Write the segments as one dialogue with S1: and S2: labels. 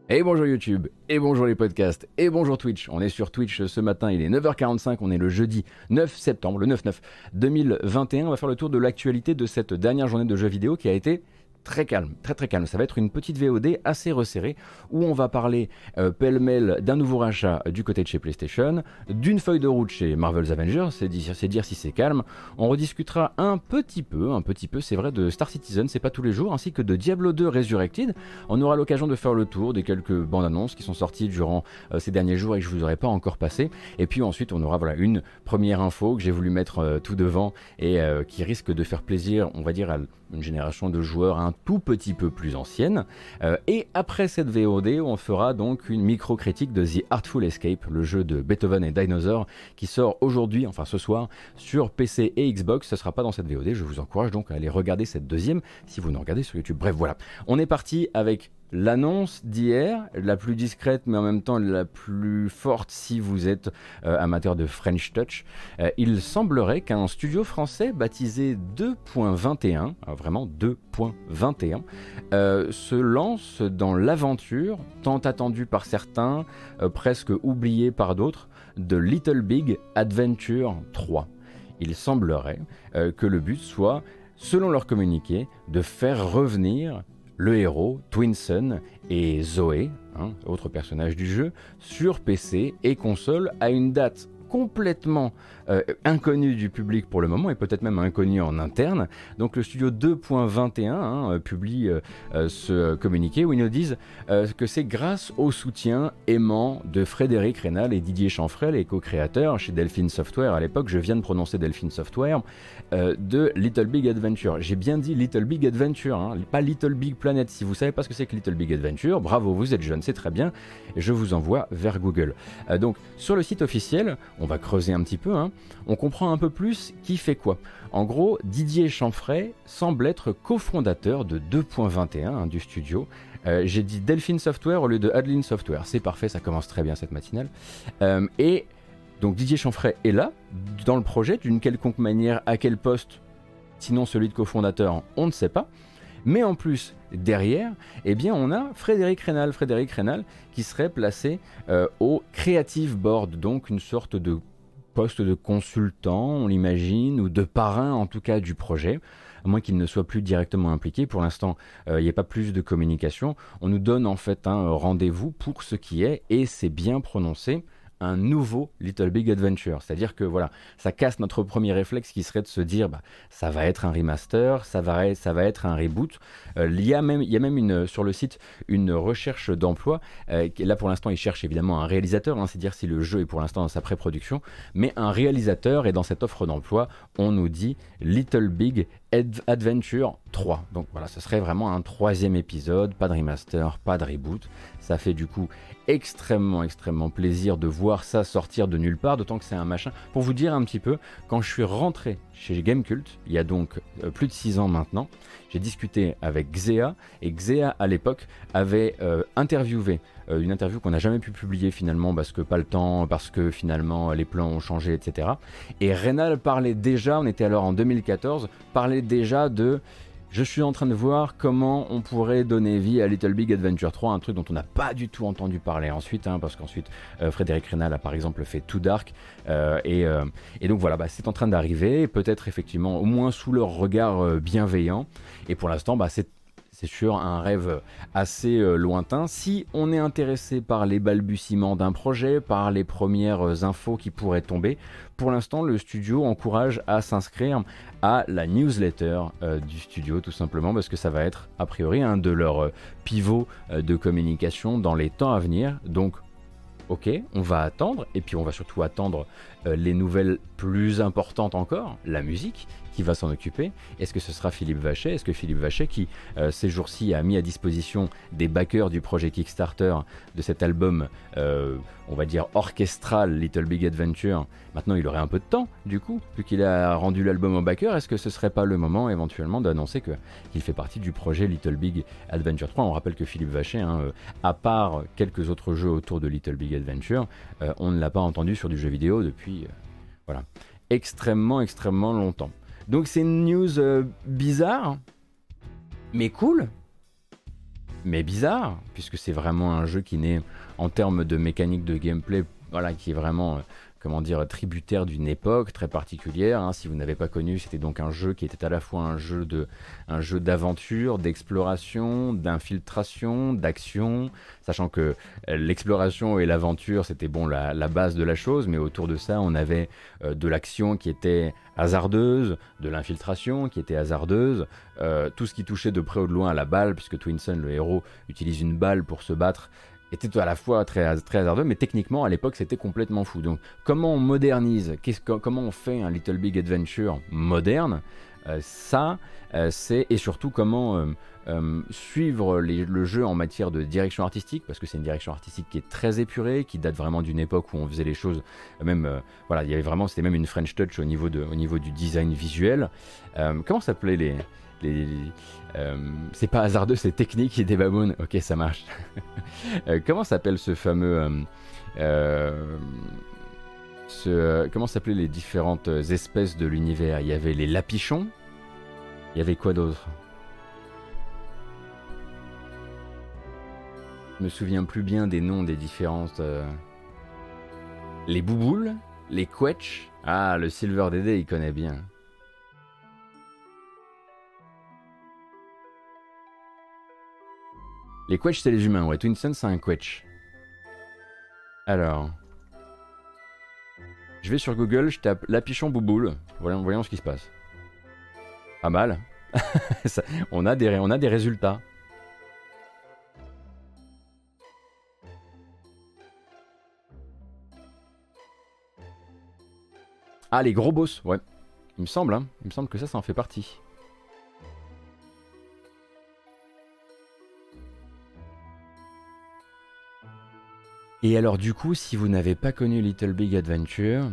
S1: Et bonjour YouTube, et bonjour les podcasts, et bonjour Twitch. On est sur Twitch ce matin, il est 9h45, on est le jeudi 9 septembre, le 9-9 2021. On va faire le tour de l'actualité de cette dernière journée de jeux vidéo qui a été très calme, très calme. Ça va être une petite VOD assez resserrée où on va parler pêle-mêle d'un nouveau rachat du côté de chez PlayStation, d'une feuille de route chez Marvel's Avengers, c'est dire si c'est calme. On rediscutera un petit peu, c'est vrai, de Star Citizen, c'est pas tous les jours, ainsi que de Diablo 2 Resurrected. On aura l'occasion de faire le tour des quelques bandes annonces qui sont sorties durant ces derniers jours et que je vous aurais pas encore passé. Et puis ensuite on aura une première info que j'ai voulu mettre tout devant et qui risque de faire plaisir, on va dire, à une génération de joueurs un tout petit peu plus ancienne. Et après cette VOD, on fera donc une micro-critique de The Artful Escape, le jeu de Beethoven et Dinosaur, qui sort aujourd'hui, enfin ce soir, sur PC et Xbox. Ce ne sera pas dans cette VOD, je vous encourage donc à aller regarder cette deuxième, si vous nous regardez sur YouTube. Bref, voilà. On est parti avec l'annonce d'hier, la plus discrète mais en même temps la plus forte si vous êtes amateur de French Touch. Il semblerait qu'un studio français baptisé 2.21, vraiment 2.21, se lance dans l'aventure tant attendue par certains, presque oubliée par d'autres, de Little Big Adventure 3. Il semblerait que le but soit, selon leur communiqué, de faire revenir le héros, Twinson et Zoé, autre personnage du jeu, sur PC et console à une date complètement inconnue du public pour le moment et peut-être même inconnue en interne. Donc le studio 2.21 publie ce communiqué où ils nous disent que c'est grâce au soutien aimant de Frédéric Reynal et Didier Chanfray, les co-créateurs chez Delphine Software. À l'époque, je viens de prononcer Delphine Software, de Little Big Adventure. J'ai bien dit Little Big Adventure, pas Little Big Planet. Si vous savez pas ce que c'est que Little Big Adventure, bravo, vous êtes jeune, c'est très bien. Je vous envoie vers Google. Donc sur le site officiel, on va creuser un petit peu, on comprend un peu plus qui fait quoi. En gros, Didier Chanfray semble être cofondateur de 2.21 du studio. J'ai dit Delphine Software au lieu de Adeline Software. C'est parfait, ça commence très bien cette matinale. Et donc Didier Chanfray est là, dans le projet, d'une quelconque manière. À quel poste, sinon celui de cofondateur, on ne sait pas. Mais en plus, derrière, eh bien, on a Frédéric Reynal qui serait placé au Creative Board, donc une sorte de poste de consultant, on l'imagine, ou de parrain en tout cas du projet, à moins qu'il ne soit plus directement impliqué. Pour l'instant, il n'y a pas plus de communication. On nous donne en fait un rendez-vous pour ce qui est, et c'est bien prononcé, un nouveau Little Big Adventure. C'est-à-dire que voilà, ça casse notre premier réflexe qui serait de se dire ça va être un remaster, ça va être un reboot. Il y a même sur le site une recherche d'emploi. Là pour l'instant ils cherchent évidemment un réalisateur, c'est dire si le jeu est pour l'instant dans sa pré-production, mais un réalisateur, et dans cette offre d'emploi on nous dit Little Big Adventure 3. Donc voilà, ce serait vraiment un troisième épisode, pas de remaster, pas de reboot. Ça fait du coup extrêmement plaisir de voir ça sortir de nulle part, d'autant que c'est un machin. Pour vous dire un petit peu, quand je suis rentré chez Gamecult, il y a donc plus de 6 ans maintenant, j'ai discuté avec Xea, et Xea à l'époque avait interviewé, une interview qu'on n'a jamais pu publier finalement parce que pas le temps, parce que finalement les plans ont changé, etc. Et Reynal parlait déjà, on était alors en 2014, parlait déjà de je suis en train de voir comment on pourrait donner vie à Little Big Adventure 3, un truc dont on n'a pas du tout entendu parler ensuite, parce qu'ensuite Frédéric Reynal a par exemple fait Too Dark, et donc voilà, c'est en train d'arriver, peut-être effectivement au moins sous leur regard bienveillant, et pour l'instant c'est sûr un rêve assez lointain. Si on est intéressé par les balbutiements d'un projet, par les premières infos qui pourraient tomber, pour l'instant le studio encourage à s'inscrire à la newsletter du studio, tout simplement parce que ça va être a priori un de leurs pivots de communication dans les temps à venir. Donc ok, on va attendre, et puis on va surtout attendre les nouvelles plus importantes encore, la musique, qui va s'en occuper. Est-ce que ce sera Philippe Vachet? Est-ce que Philippe Vachet, qui ces jours-ci a mis à disposition des backers du projet Kickstarter de cet album, on va dire orchestral Little Big Adventure, maintenant il aurait un peu de temps du coup, vu qu'il a rendu l'album au backer, est-ce que ce serait pas le moment éventuellement d'annoncer qu'il fait partie du projet Little Big Adventure 3? On rappelle que Philippe Vachet, à part quelques autres jeux autour de Little Big Adventure, on ne l'a pas entendu sur du jeu vidéo depuis voilà, extrêmement longtemps. Donc c'est une news bizarre, mais cool. mais bizarre, puisque c'est vraiment un jeu qui n'est, en termes de mécanique de gameplay, voilà, qui est vraiment, comment dire, tributaire d'une époque très particulière, hein. Si vous n'avez pas connu, c'était donc un jeu qui était à la fois un jeu d'aventure, d'exploration, d'infiltration, d'action, sachant que l'exploration et l'aventure, c'était bon la base de la chose, mais autour de ça, on avait de l'action qui était hasardeuse, de l'infiltration qui était hasardeuse, tout ce qui touchait de près ou de loin à la balle, puisque Twinsen, le héros, utilise une balle pour se battre, était à la fois très hasardeux, mais techniquement à l'époque c'était complètement fou. Donc comment on modernise, comment on fait un Little Big Adventure moderne, c'est, et surtout comment suivre le jeu en matière de direction artistique, parce que c'est une direction artistique qui est très épurée, qui date vraiment d'une époque où on faisait les choses, même voilà, il y avait vraiment, c'était même une French touch au niveau du design visuel. Comment s'appelaient c'est pas hasardeux, c'est technique et des babounes. Ok, ça marche. Comment s'appelle ce fameux comment s'appelaient les différentes espèces de l'univers? Il y avait les lapichons. Il y avait quoi d'autre? Je me souviens plus bien des noms des différentes. Les bouboules, les quetch. Ah, le Silver Dédé, il connaît bien. Les quetch, c'est les humains, ouais. Twinsen, c'est un quetch. Alors. Je vais sur Google, je tape Lapichon Bouboule. Voyons ce qui se passe. Pas mal. on a des résultats. Ah, les gros boss, ouais. Il me semble, hein. Il me semble que ça en fait partie. Et alors du coup, si vous n'avez pas connu Little Big Adventure,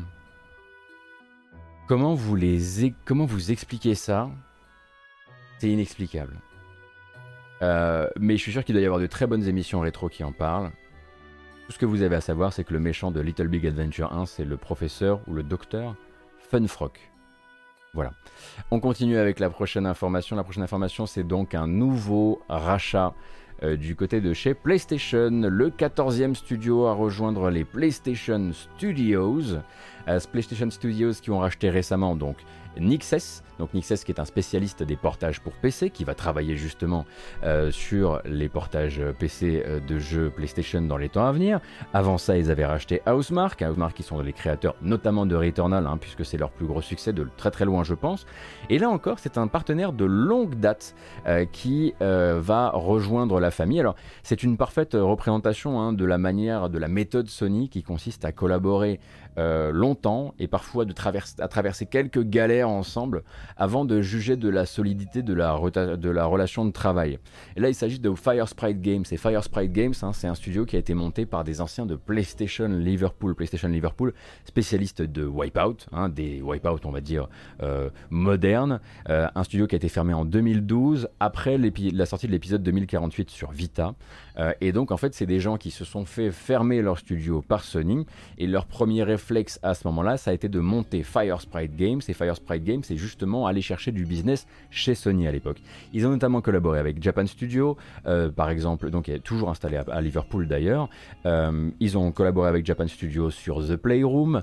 S1: comment vous expliquez ça? C'est inexplicable. Mais je suis sûr qu'il doit y avoir de très bonnes émissions rétro qui en parlent. Tout ce que vous avez à savoir, c'est que le méchant de Little Big Adventure 1, c'est le professeur ou le docteur Funfrock. Voilà. On continue avec la prochaine information. La prochaine information, c'est donc un nouveau rachat du côté de chez PlayStation. Le 14e studio à rejoindre les PlayStation Studios. PlayStation Studios qui ont racheté récemment donc Nixes. Donc Nixes qui est un spécialiste des portages pour PC, qui va travailler justement sur les portages PC de jeux PlayStation dans les temps à venir. Avant ça, ils avaient racheté Housemarque qui sont les créateurs notamment de Returnal, hein, puisque c'est leur plus gros succès de très très loin je pense. Et là encore, c'est un partenaire de longue date qui va rejoindre la famille. Alors c'est une parfaite représentation, hein, de la méthode Sony qui consiste à collaborer longtemps et parfois à traverser quelques galères ensemble avant de juger de la solidité de la relation de travail. Et là, il s'agit de Firesprite Games. Et Firesprite Games, hein, c'est un studio qui a été monté par des anciens de PlayStation Liverpool, spécialistes de Wipeout, hein, des Wipeout, on va dire, modernes. Un studio qui a été fermé en 2012, après la sortie de l'épisode 2048 sur Vita. Et donc, en fait, c'est des gens qui se sont fait fermer leur studio par Sony. Et leur premier réflexe à ce moment-là, ça a été de monter Firesprite Games. Et Firesprite Games, c'est justement aller chercher du business chez Sony à l'époque. Ils ont notamment collaboré avec Japan Studio, par exemple, donc est toujours installé à Liverpool d'ailleurs. Ils ont collaboré avec Japan Studio sur The Playroom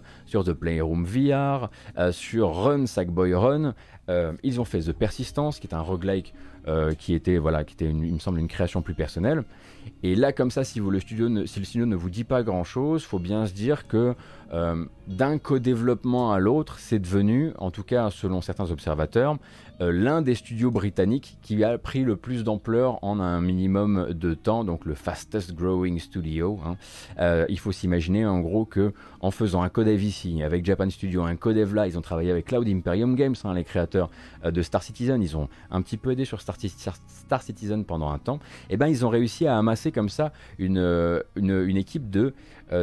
S1: VR, sur Run Sackboy Run. Ils ont fait The Persistence, qui est un roguelike qui était il me semble une création plus personnelle. Et là, comme ça, si le studio ne vous dit pas grand chose, faut bien se dire que d'un co-développement à l'autre, c'est devenu, en tout cas selon certains observateurs, l'un des studios britanniques qui a pris le plus d'ampleur en un minimum de temps, donc le fastest growing studio, hein. Il faut s'imaginer en gros que en faisant un codev ici, avec Japan Studio, un codev là, ils ont travaillé avec Cloud Imperium Games, hein, les créateurs de Star Citizen, ils ont un petit peu aidé sur Star Citizen pendant un temps, et ben ils ont réussi à amasser comme ça une équipe de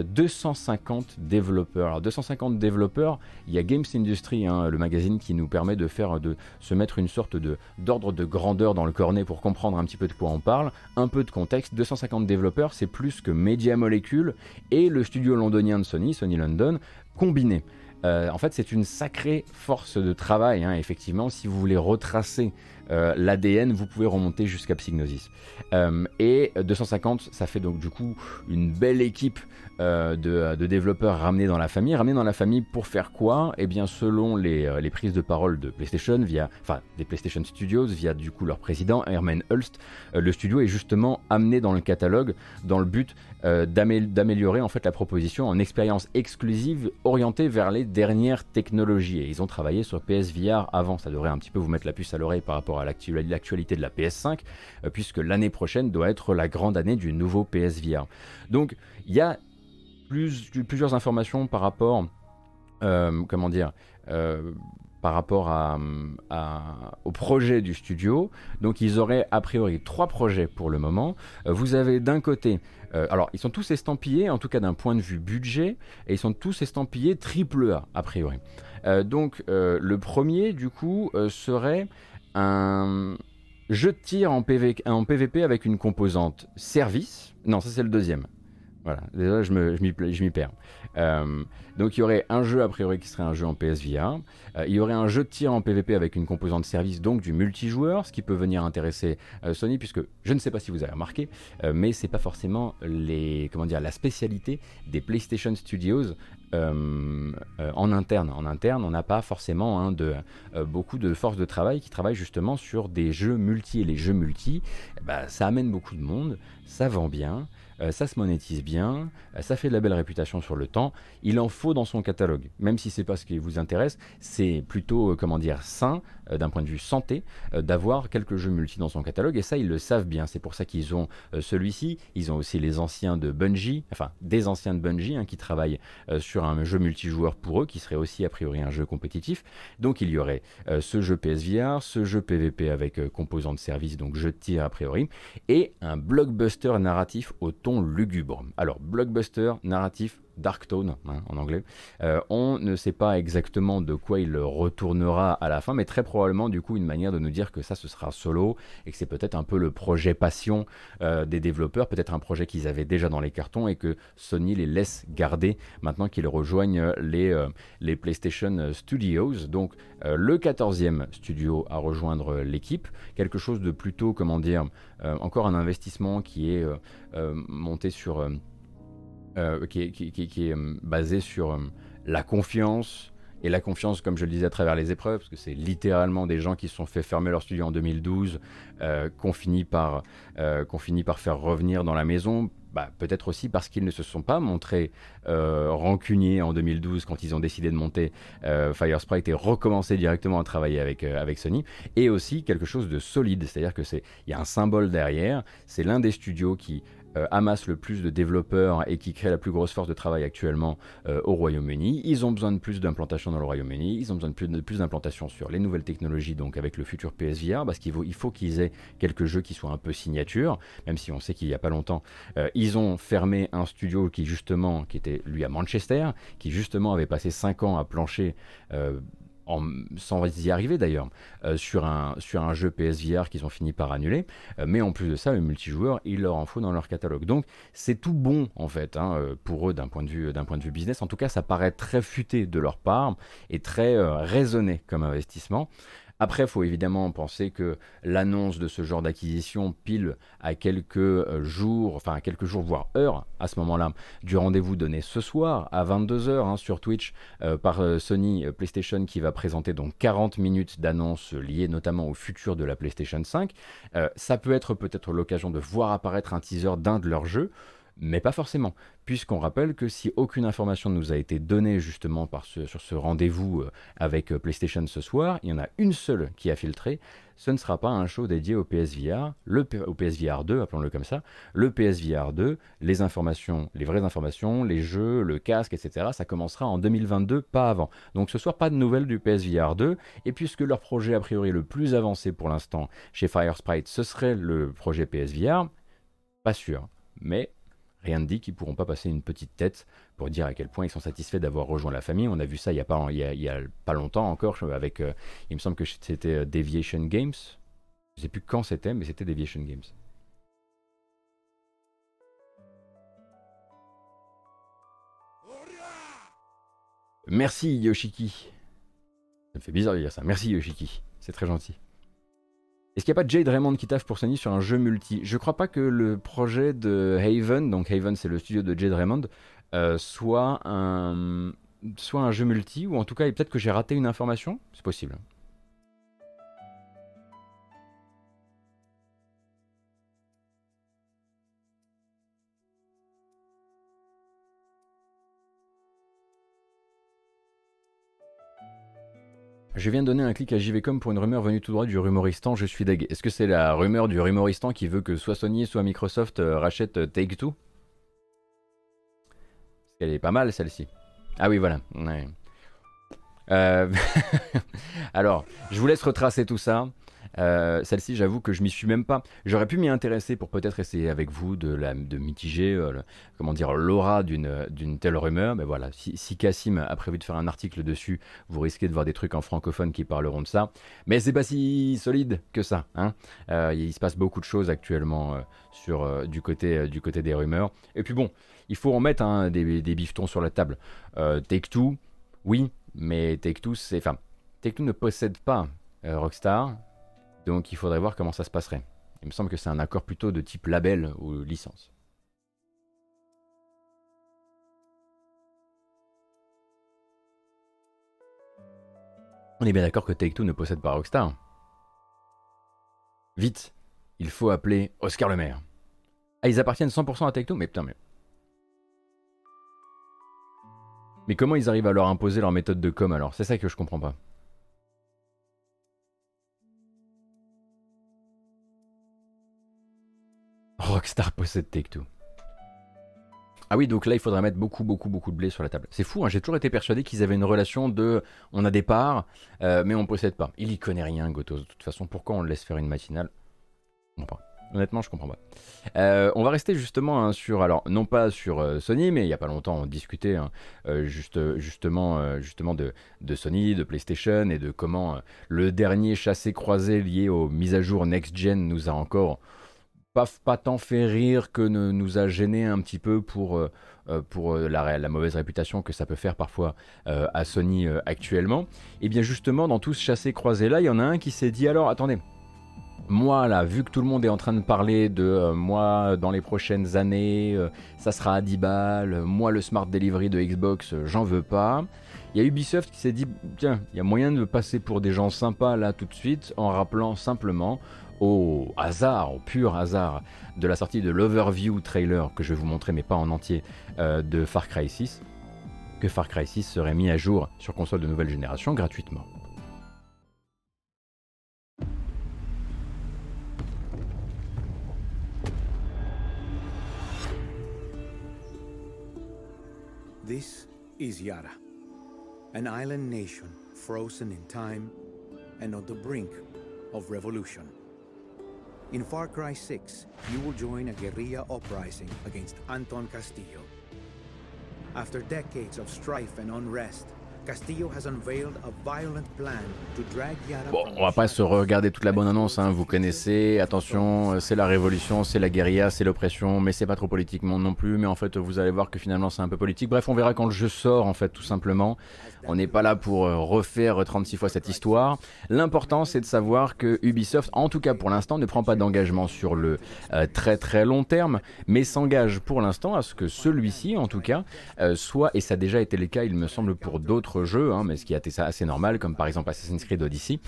S1: 250 développeurs. Alors 250 développeurs, il y a Games Industry, hein, le magazine qui nous permet de se mettre une sorte d'ordre de grandeur dans le cornet pour comprendre un petit peu de quoi on parle, un peu de contexte. 250 développeurs, c'est plus que Media Molecule et le studio londonien de Sony London, combinés. En fait, c'est une sacrée force de travail, hein. Effectivement, si vous voulez retracer l'ADN, vous pouvez remonter jusqu'à Psygnosis. Et 250, ça fait donc du coup une belle équipe de développeurs ramenés dans la famille. Ramenés dans la famille pour faire quoi? Eh bien, selon les prises de parole de PlayStation, des PlayStation Studios, via du coup leur président, Herman Hulst, le studio est justement amené dans le catalogue dans le but d'améliorer en fait la proposition en expérience exclusive orientée vers les dernières technologies. Et ils ont travaillé sur PSVR avant, ça devrait un petit peu vous mettre la puce à l'oreille par rapport à l'actualité de la PS5, puisque l'année prochaine doit être la grande année du nouveau PSVR. Donc il y a plusieurs informations par rapport, par rapport au projet du studio. Donc ils auraient a priori 3 projets pour le moment. Vous avez d'un côté, alors ils sont tous estampillés, en tout cas d'un point de vue budget, et ils sont tous estampillés AAA a priori. Donc le premier du coup serait un jeu de tir en PVP avec une composante service. Non, ça c'est le deuxième. Voilà, déjà je m'y perds. Donc il y aurait un jeu a priori qui serait un jeu en PSVR. Il y aurait un jeu de tir en PVP avec une composante service, donc du multijoueur, ce qui peut venir intéresser Sony, puisque je ne sais pas si vous avez remarqué, mais c'est pas forcément la spécialité des PlayStation Studios. En interne, on n'a pas forcément beaucoup de forces de travail qui travaillent justement sur des jeux multi, et les jeux multi, ça amène beaucoup de monde, ça vend bien. Ça se monétise bien, ça fait de la belle réputation sur le temps, il en faut dans son catalogue. Même si c'est pas ce qui vous intéresse, c'est plutôt sain d'un point de vue santé d'avoir quelques jeux multi dans son catalogue, et ça ils le savent bien. C'est pour ça qu'ils ont celui-ci. Ils ont aussi les anciens de Bungie, enfin des anciens de Bungie qui travaillent sur un jeu multijoueur pour eux, qui serait aussi a priori un jeu compétitif. Donc il y aurait ce jeu PSVR, ce jeu PVP avec composant de service, donc jeu de tir a priori, et un blockbuster narratif au ton lugubre. Alors blockbuster narratif Dark Tone en anglais. On ne sait pas exactement de quoi il retournera à la fin, mais très probablement du coup une manière de nous dire que ça ce sera solo et que c'est peut-être un peu le projet passion des développeurs, peut-être un projet qu'ils avaient déjà dans les cartons et que Sony les laisse garder maintenant qu'ils rejoignent les PlayStation Studios. Donc le 14e studio à rejoindre l'équipe, quelque chose de plutôt, encore un investissement qui est monté sur qui est basé sur la confiance, et la confiance, comme je le disais, à travers les épreuves, parce que c'est littéralement des gens qui se sont fait fermer leur studio en 2012, qu'on finit par faire revenir dans la maison. Peut-être aussi parce qu'ils ne se sont pas montrés rancuniers en 2012 quand ils ont décidé de monter Firesprite et recommencer directement à travailler avec Sony, et aussi quelque chose de solide, c'est-à-dire que il y a un symbole derrière, c'est l'un des studios qui amasse le plus de développeurs et qui crée la plus grosse force de travail actuellement au Royaume-Uni. Ils ont besoin de plus d'implantation dans le Royaume-Uni, ils ont besoin de plus d'implantation sur les nouvelles technologies, donc avec le futur PSVR, parce qu'il faut qu'ils aient quelques jeux qui soient un peu signature, même si on sait qu'il n'y a pas longtemps, ils ont fermé un studio qui était lui à Manchester, qui justement avait passé 5 ans à plancher sans y arriver d'ailleurs, sur un jeu PSVR qu'ils ont fini par annuler, mais en plus de ça, le multijoueur, il leur en faut dans leur catalogue. Donc c'est tout bon en fait pour eux d'un point de vue business. En tout cas, ça paraît très futé de leur part et très raisonné comme investissement. Après, il faut évidemment penser que l'annonce de ce genre d'acquisition pile à quelques jours, voire heures, à ce moment-là, du rendez-vous donné ce soir à 22h sur Twitch par Sony PlayStation, qui va présenter donc 40 minutes d'annonces liées notamment au futur de la PlayStation 5. Ça peut être peut-être l'occasion de voir apparaître un teaser d'un de leurs jeux, mais pas forcément, puisqu'on rappelle que si aucune information ne nous a été donnée justement sur ce rendez-vous avec PlayStation ce soir, il y en a une seule qui a filtré. Ce ne sera pas un show dédié au PSVR, au PSVR 2, appelons-le comme ça, le PSVR 2, les informations, les vraies informations, les jeux, le casque, etc., ça commencera en 2022, pas avant. Donc ce soir, pas de nouvelles du PSVR 2, et puisque leur projet a priori le plus avancé pour l'instant chez Firesprite, ce serait le projet PSVR, pas sûr, mais rien ne dit qu'ils ne pourront pas passer une petite tête pour dire à quel point ils sont satisfaits d'avoir rejoint la famille. On a vu ça il y a pas longtemps encore avec, il me semble que c'était Deviation Games. Je ne sais plus quand c'était, mais c'était Deviation Games. Merci Yoshiki. Ça me fait bizarre de dire ça. Merci Yoshiki. C'est très gentil. Est-ce qu'il n'y a pas Jade Raymond qui taffe pour Sony sur un jeu multi? Je crois pas que le projet de Haven, donc Haven c'est le studio de Jade Raymond, soit un jeu multi, ou en tout cas peut-être que j'ai raté une information, c'est possible. Je viens de donner un clic à JVcom pour une rumeur venue tout droit du rumoristan, je suis deg. Est-ce que c'est la rumeur du rumoristan qui veut que soit Sony soit Microsoft rachètent Take-Two? Parce qu'elle est pas mal celle-ci. Ah oui voilà. Ouais. Alors, je vous laisse retracer tout ça. Celle-ci, j'avoue que je m'y suis même pas. J'aurais pu m'y intéresser pour peut-être essayer avec vous de mitiger, comment dire, l'aura d'une telle rumeur. Mais voilà, si Cassim a prévu de faire un article dessus, vous risquez de voir des trucs en francophone qui parleront de ça. Mais c'est pas si solide que ça, hein. Il se passe beaucoup de choses actuellement du côté des rumeurs. Et puis bon, il faut en mettre hein, des bifetons sur la table. Take-Two, oui, mais Take-Two, Take-Two ne possède pas Rockstar. Donc il faudrait voir comment ça se passerait. Il me semble que c'est un accord plutôt de type label ou licence. On est bien d'accord que Take-Two ne possède pas Rockstar. Vite, il faut appeler Oscar Le Maire. Ah, ils appartiennent 100% à Take-Two? Mais putain, mais... Mais comment ils arrivent à leur imposer leur méthode de com alors? C'est ça que je comprends pas. Rockstar possède Take-Two. Ah oui, donc là, il faudrait mettre beaucoup de blé sur la table. C'est fou, hein, j'ai toujours été persuadé qu'ils avaient une relation de... On a des parts, mais on possède pas. Il y connaît rien, Gotos. De toute façon, pourquoi on le laisse faire une matinale? Je comprends pas. Honnêtement, je comprends pas. On va rester justement hein, sur... Alors, non pas sur Sony, mais il y a pas longtemps, on discutait hein, justement de Sony, de PlayStation, et de comment le dernier chassé-croisé lié aux mises à jour next-gen nous a encore... Pas tant fait rire que nous a gêné un petit peu pour la mauvaise réputation que ça peut faire parfois à Sony actuellement. Et bien justement, dans tout ce chassé-croisé là, il y en a un qui s'est dit alors attendez, moi là, vu que tout le monde est en train de parler de moi dans les prochaines années, ça sera à 10 balles, moi le smart delivery de Xbox, j'en veux pas. Il y a Ubisoft qui s'est dit tiens, il y a moyen de passer pour des gens sympas là tout de suite en rappelant simplement au hasard, au pur hasard de la sortie de l'overview trailer que je vais vous montrer mais pas en entier de Far Cry 6, que Far Cry 6 serait mis à jour sur console de nouvelle génération gratuitement.
S2: This is Yara, an island nation frozen in time and on the brink of revolution. In Far Cry 6, you will join a guerrilla uprising against Anton Castillo. After decades of strife and unrest, Castillo has unveiled a violent plan to drag Yara.
S1: Bon, on va pas se regarder toute la bonne annonce, hein, vous connaissez, attention, c'est la révolution, c'est la guérilla, c'est l'oppression, mais c'est pas trop politiquement non plus, mais en fait vous allez voir que finalement c'est un peu politique. Bref, on verra quand le jeu sort en fait tout simplement. On n'est pas là pour refaire 36 fois cette histoire. L'important c'est de savoir que Ubisoft, en tout cas pour l'instant, ne prend pas d'engagement sur le très long terme, mais s'engage pour l'instant à ce que celui-ci, en tout cas, soit, et ça a déjà été le cas il me semble pour d'autres jeux, hein, mais ce qui a été ça assez normal, comme par exemple Assassin's Creed Odyssey,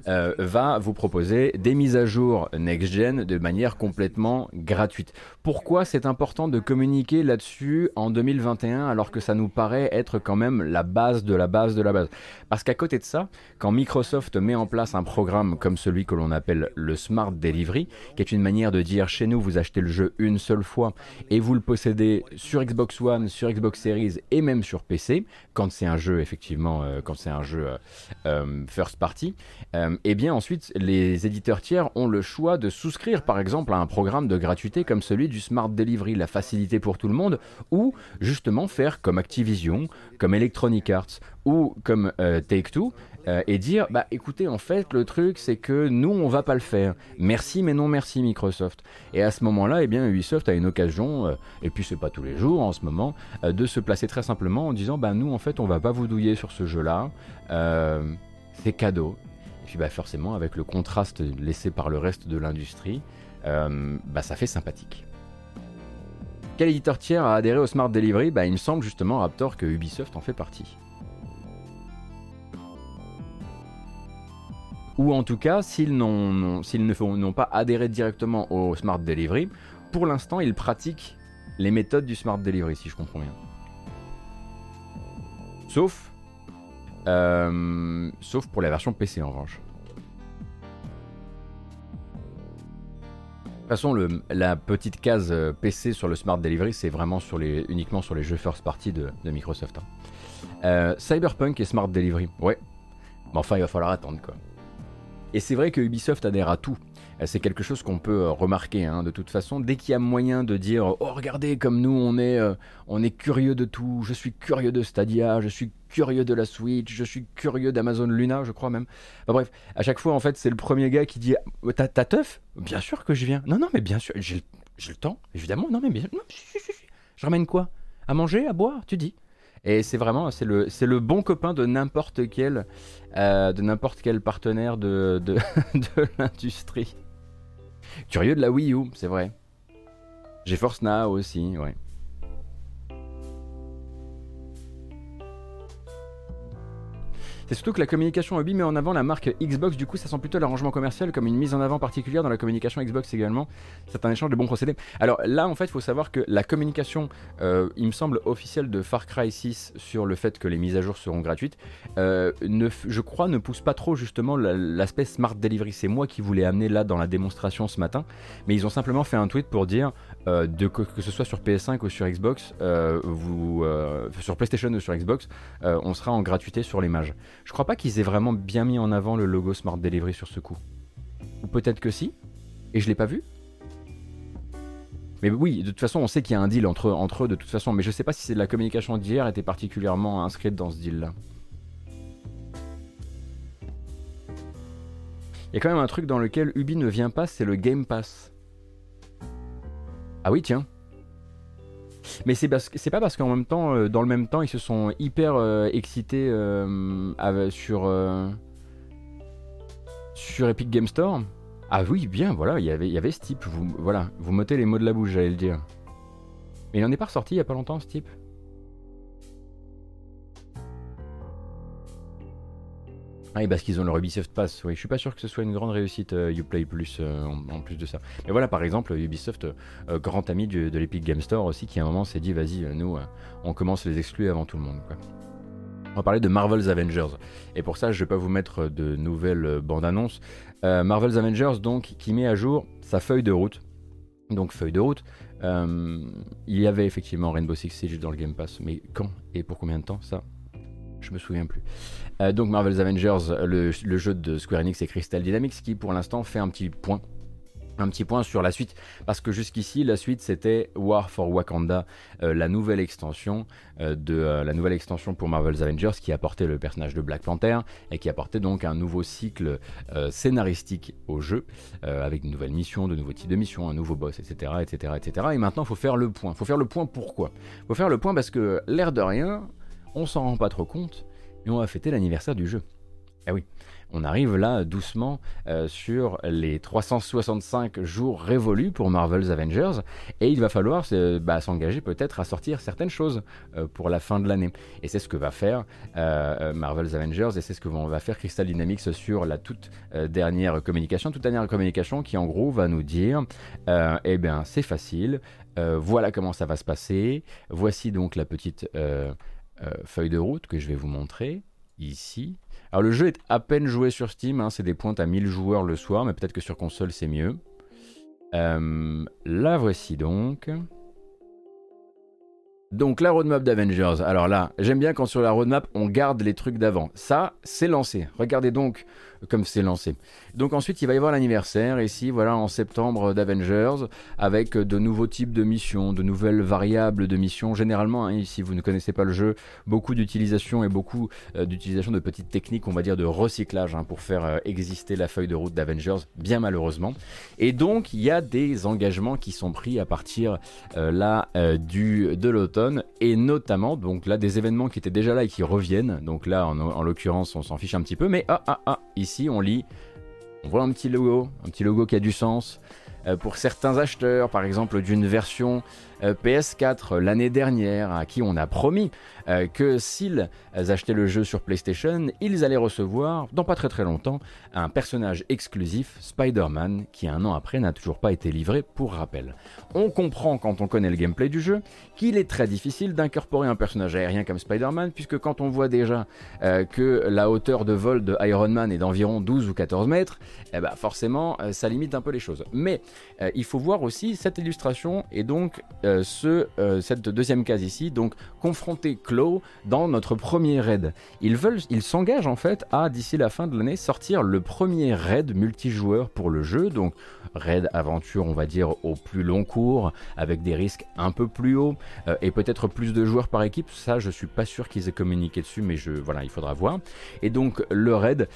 S1: va vous proposer des mises à jour next-gen de manière complètement gratuite. Pourquoi c'est important de communiquer là-dessus en 2021 alors que ça nous paraît être quand même la base de la base de la base? Parce qu'à côté de ça, quand Microsoft met en place un programme comme celui que l'on appelle le Smart Delivery, qui est une manière de dire chez nous vous achetez le jeu une seule fois et vous le possédez sur Xbox One, sur Xbox Series et même sur PC, quand c'est un jeu effectivement, quand c'est un jeu first party, et bien ensuite les éditeurs tiers ont le choix de souscrire par exemple à un programme de gratuité comme celui du Smart Delivery, la facilité pour tout le monde, ou justement faire comme Activision, comme Electronic Arts ou comme Take-Two, et dire bah écoutez en fait le truc c'est que nous on va pas le faire, merci mais non merci Microsoft. Et à ce moment là eh bien Ubisoft a une occasion, et puis c'est pas tous les jours en ce moment, de se placer très simplement en disant bah nous en fait on va pas vous douiller sur ce jeu là, c'est cadeau. puis bah forcément avec le contraste laissé par le reste de l'industrie, bah ça fait sympathique. Quel éditeur tiers a adhéré au Smart Delivery? Bah il me semble justement, Raptor, que Ubisoft en fait partie. Ou en tout cas, s'ils n'ont pas adhéré directement au Smart Delivery, pour l'instant ils pratiquent les méthodes du Smart Delivery, si je comprends bien. Sauf pour la version PC en revanche. De toute façon, la petite case PC sur le Smart Delivery, c'est vraiment uniquement sur les jeux first party de Microsoft. Cyberpunk et Smart Delivery, ouais. Mais enfin, il va falloir attendre, quoi. Et c'est vrai que Ubisoft adhère à tout. C'est quelque chose qu'on peut remarquer, hein. De toute façon, dès qu'il y a moyen de dire « Oh, regardez, comme nous, on est curieux de tout. Je suis curieux de Stadia, je suis curieux de la Switch, je suis curieux d'Amazon Luna, je crois même. » Enfin, bref, à chaque fois, en fait, c'est le premier gars qui dit « T'as teuf ? Bien sûr que je viens. Non, non, mais bien sûr, j'ai le temps, évidemment. Non, mais bien sûr. Non, je ramène quoi? À manger, à boire, tu dis. » Et c'est vraiment, c'est le bon copain de n'importe quel partenaire de l'industrie. Curieux de la Wii U, c'est vrai. GeForce Now aussi, ouais. C'est surtout que la communication Ubi met en avant la marque Xbox, du coup ça sent plutôt l'arrangement commercial comme une mise en avant particulière dans la communication Xbox également. C'est un échange de bons procédés. Alors là en fait il faut savoir que la communication, il me semble officielle de Far Cry 6 sur le fait que les mises à jour seront gratuites, je crois ne pousse pas trop justement l'aspect Smart Delivery. C'est moi qui voulais amener là dans la démonstration ce matin, mais ils ont simplement fait un tweet pour dire que ce soit sur PS5 ou sur Xbox, sur PlayStation ou sur Xbox, on sera en gratuité sur les mages. Je crois pas qu'ils aient vraiment bien mis en avant le logo Smart Delivery sur ce coup. Ou peut-être que si, et je l'ai pas vu. Mais oui, de toute façon, on sait qu'il y a un deal entre eux de toute façon, mais je sais pas si c'est la communication d'hier était particulièrement inscrite dans ce deal-là. Il y a quand même un truc dans lequel Ubi ne vient pas, c'est le Game Pass. Ah oui, tiens. Mais c'est pas parce qu'en même temps, dans le même temps, ils se sont hyper excités sur Epic Game Store. Ah oui, bien, voilà, il y avait ce type. Vous m'ôtez les mots de la bouche, j'allais le dire. Mais il n'en est pas ressorti il y a pas longtemps, ce type. Ah oui, parce qu'ils ont le Ubisoft Pass, oui. Je suis pas sûr que ce soit une grande réussite Uplay Plus en plus de ça. Mais voilà, par exemple, Ubisoft, grand ami de l'Epic Game Store aussi, qui à un moment s'est dit, vas-y, nous, on commence les exclus avant tout le monde, quoi. On va parler de Marvel's Avengers. Et pour ça, je vais pas vous mettre de nouvelles bandes annonces. Marvel's Avengers, donc, qui met à jour sa feuille de route. Donc, feuille de route. Il y avait effectivement Rainbow Six Siege dans le Game Pass, mais quand et pour combien de temps, ça je me souviens plus. Donc Marvel's Avengers, le jeu de Square Enix et Crystal Dynamics, qui pour l'instant fait un petit point sur la suite, parce que jusqu'ici la suite c'était War for Wakanda, la nouvelle extension pour Marvel's Avengers, qui apportait le personnage de Black Panther et qui apportait donc un nouveau cycle scénaristique au jeu, avec de nouvelles missions, de nouveaux types de missions, un nouveau boss, etc. Et maintenant il faut faire le point. Pourquoi? Il faut faire le point parce que l'air de rien, on s'en rend pas trop compte, mais on va fêter l'anniversaire du jeu. Ah oui, on arrive là doucement sur les 365 jours révolus pour Marvel's Avengers, et il va falloir s'engager peut-être à sortir certaines choses pour la fin de l'année. Et c'est ce que va faire Marvel's Avengers, et c'est ce que va faire Crystal Dynamics sur la toute dernière communication qui en gros va nous dire, eh bien c'est facile, voilà comment ça va se passer, voici donc la petite feuille de route que je vais vous montrer ici. Alors le jeu est à peine joué sur Steam, hein, c'est des pointes à 1000 joueurs le soir, mais peut-être que sur console c'est mieux. La voici donc. Donc la roadmap d'Avengers. Alors là, j'aime bien quand sur la roadmap on garde les trucs d'avant. Ça, c'est lancé. Regardez donc comme c'est lancé. Donc ensuite, il va y avoir l'anniversaire ici, voilà, en septembre d'Avengers, avec de nouveaux types de missions, de nouvelles variables de missions. Généralement, hein, si vous ne connaissez pas le jeu, beaucoup d'utilisation et beaucoup d'utilisation de petites techniques, on va dire de recyclage, hein, pour faire exister la feuille de route d'Avengers, bien malheureusement. Et donc, il y a des engagements qui sont pris à partir de l'automne. automne, et notamment donc là des événements qui étaient déjà là et qui reviennent. Donc là en l'occurrence on s'en fiche un petit peu, mais ici on voit un petit logo qui a du sens. Pour certains acheteurs, par exemple d'une version PS4 l'année dernière, à qui on a promis que s'ils achetaient le jeu sur PlayStation, ils allaient recevoir, dans pas très très longtemps, un personnage exclusif, Spider-Man, qui un an après n'a toujours pas été livré pour rappel. On comprend quand on connaît le gameplay du jeu qu'il est très difficile d'incorporer un personnage aérien comme Spider-Man, puisque quand on voit déjà que la hauteur de vol de Iron Man est d'environ 12 ou 14 mètres, forcément ça limite un peu les choses. Mais il faut voir aussi cette illustration et donc cette deuxième case ici, donc confronter Claw dans notre premier raid. Ils s'engagent en fait à, d'ici la fin de l'année, sortir le premier raid multijoueur pour le jeu, donc raid aventure on va dire au plus long cours, avec des risques un peu plus hauts et peut-être plus de joueurs par équipe. Ça je suis pas sûr qu'ils aient communiqué dessus, mais voilà, il faudra voir. Et donc le raid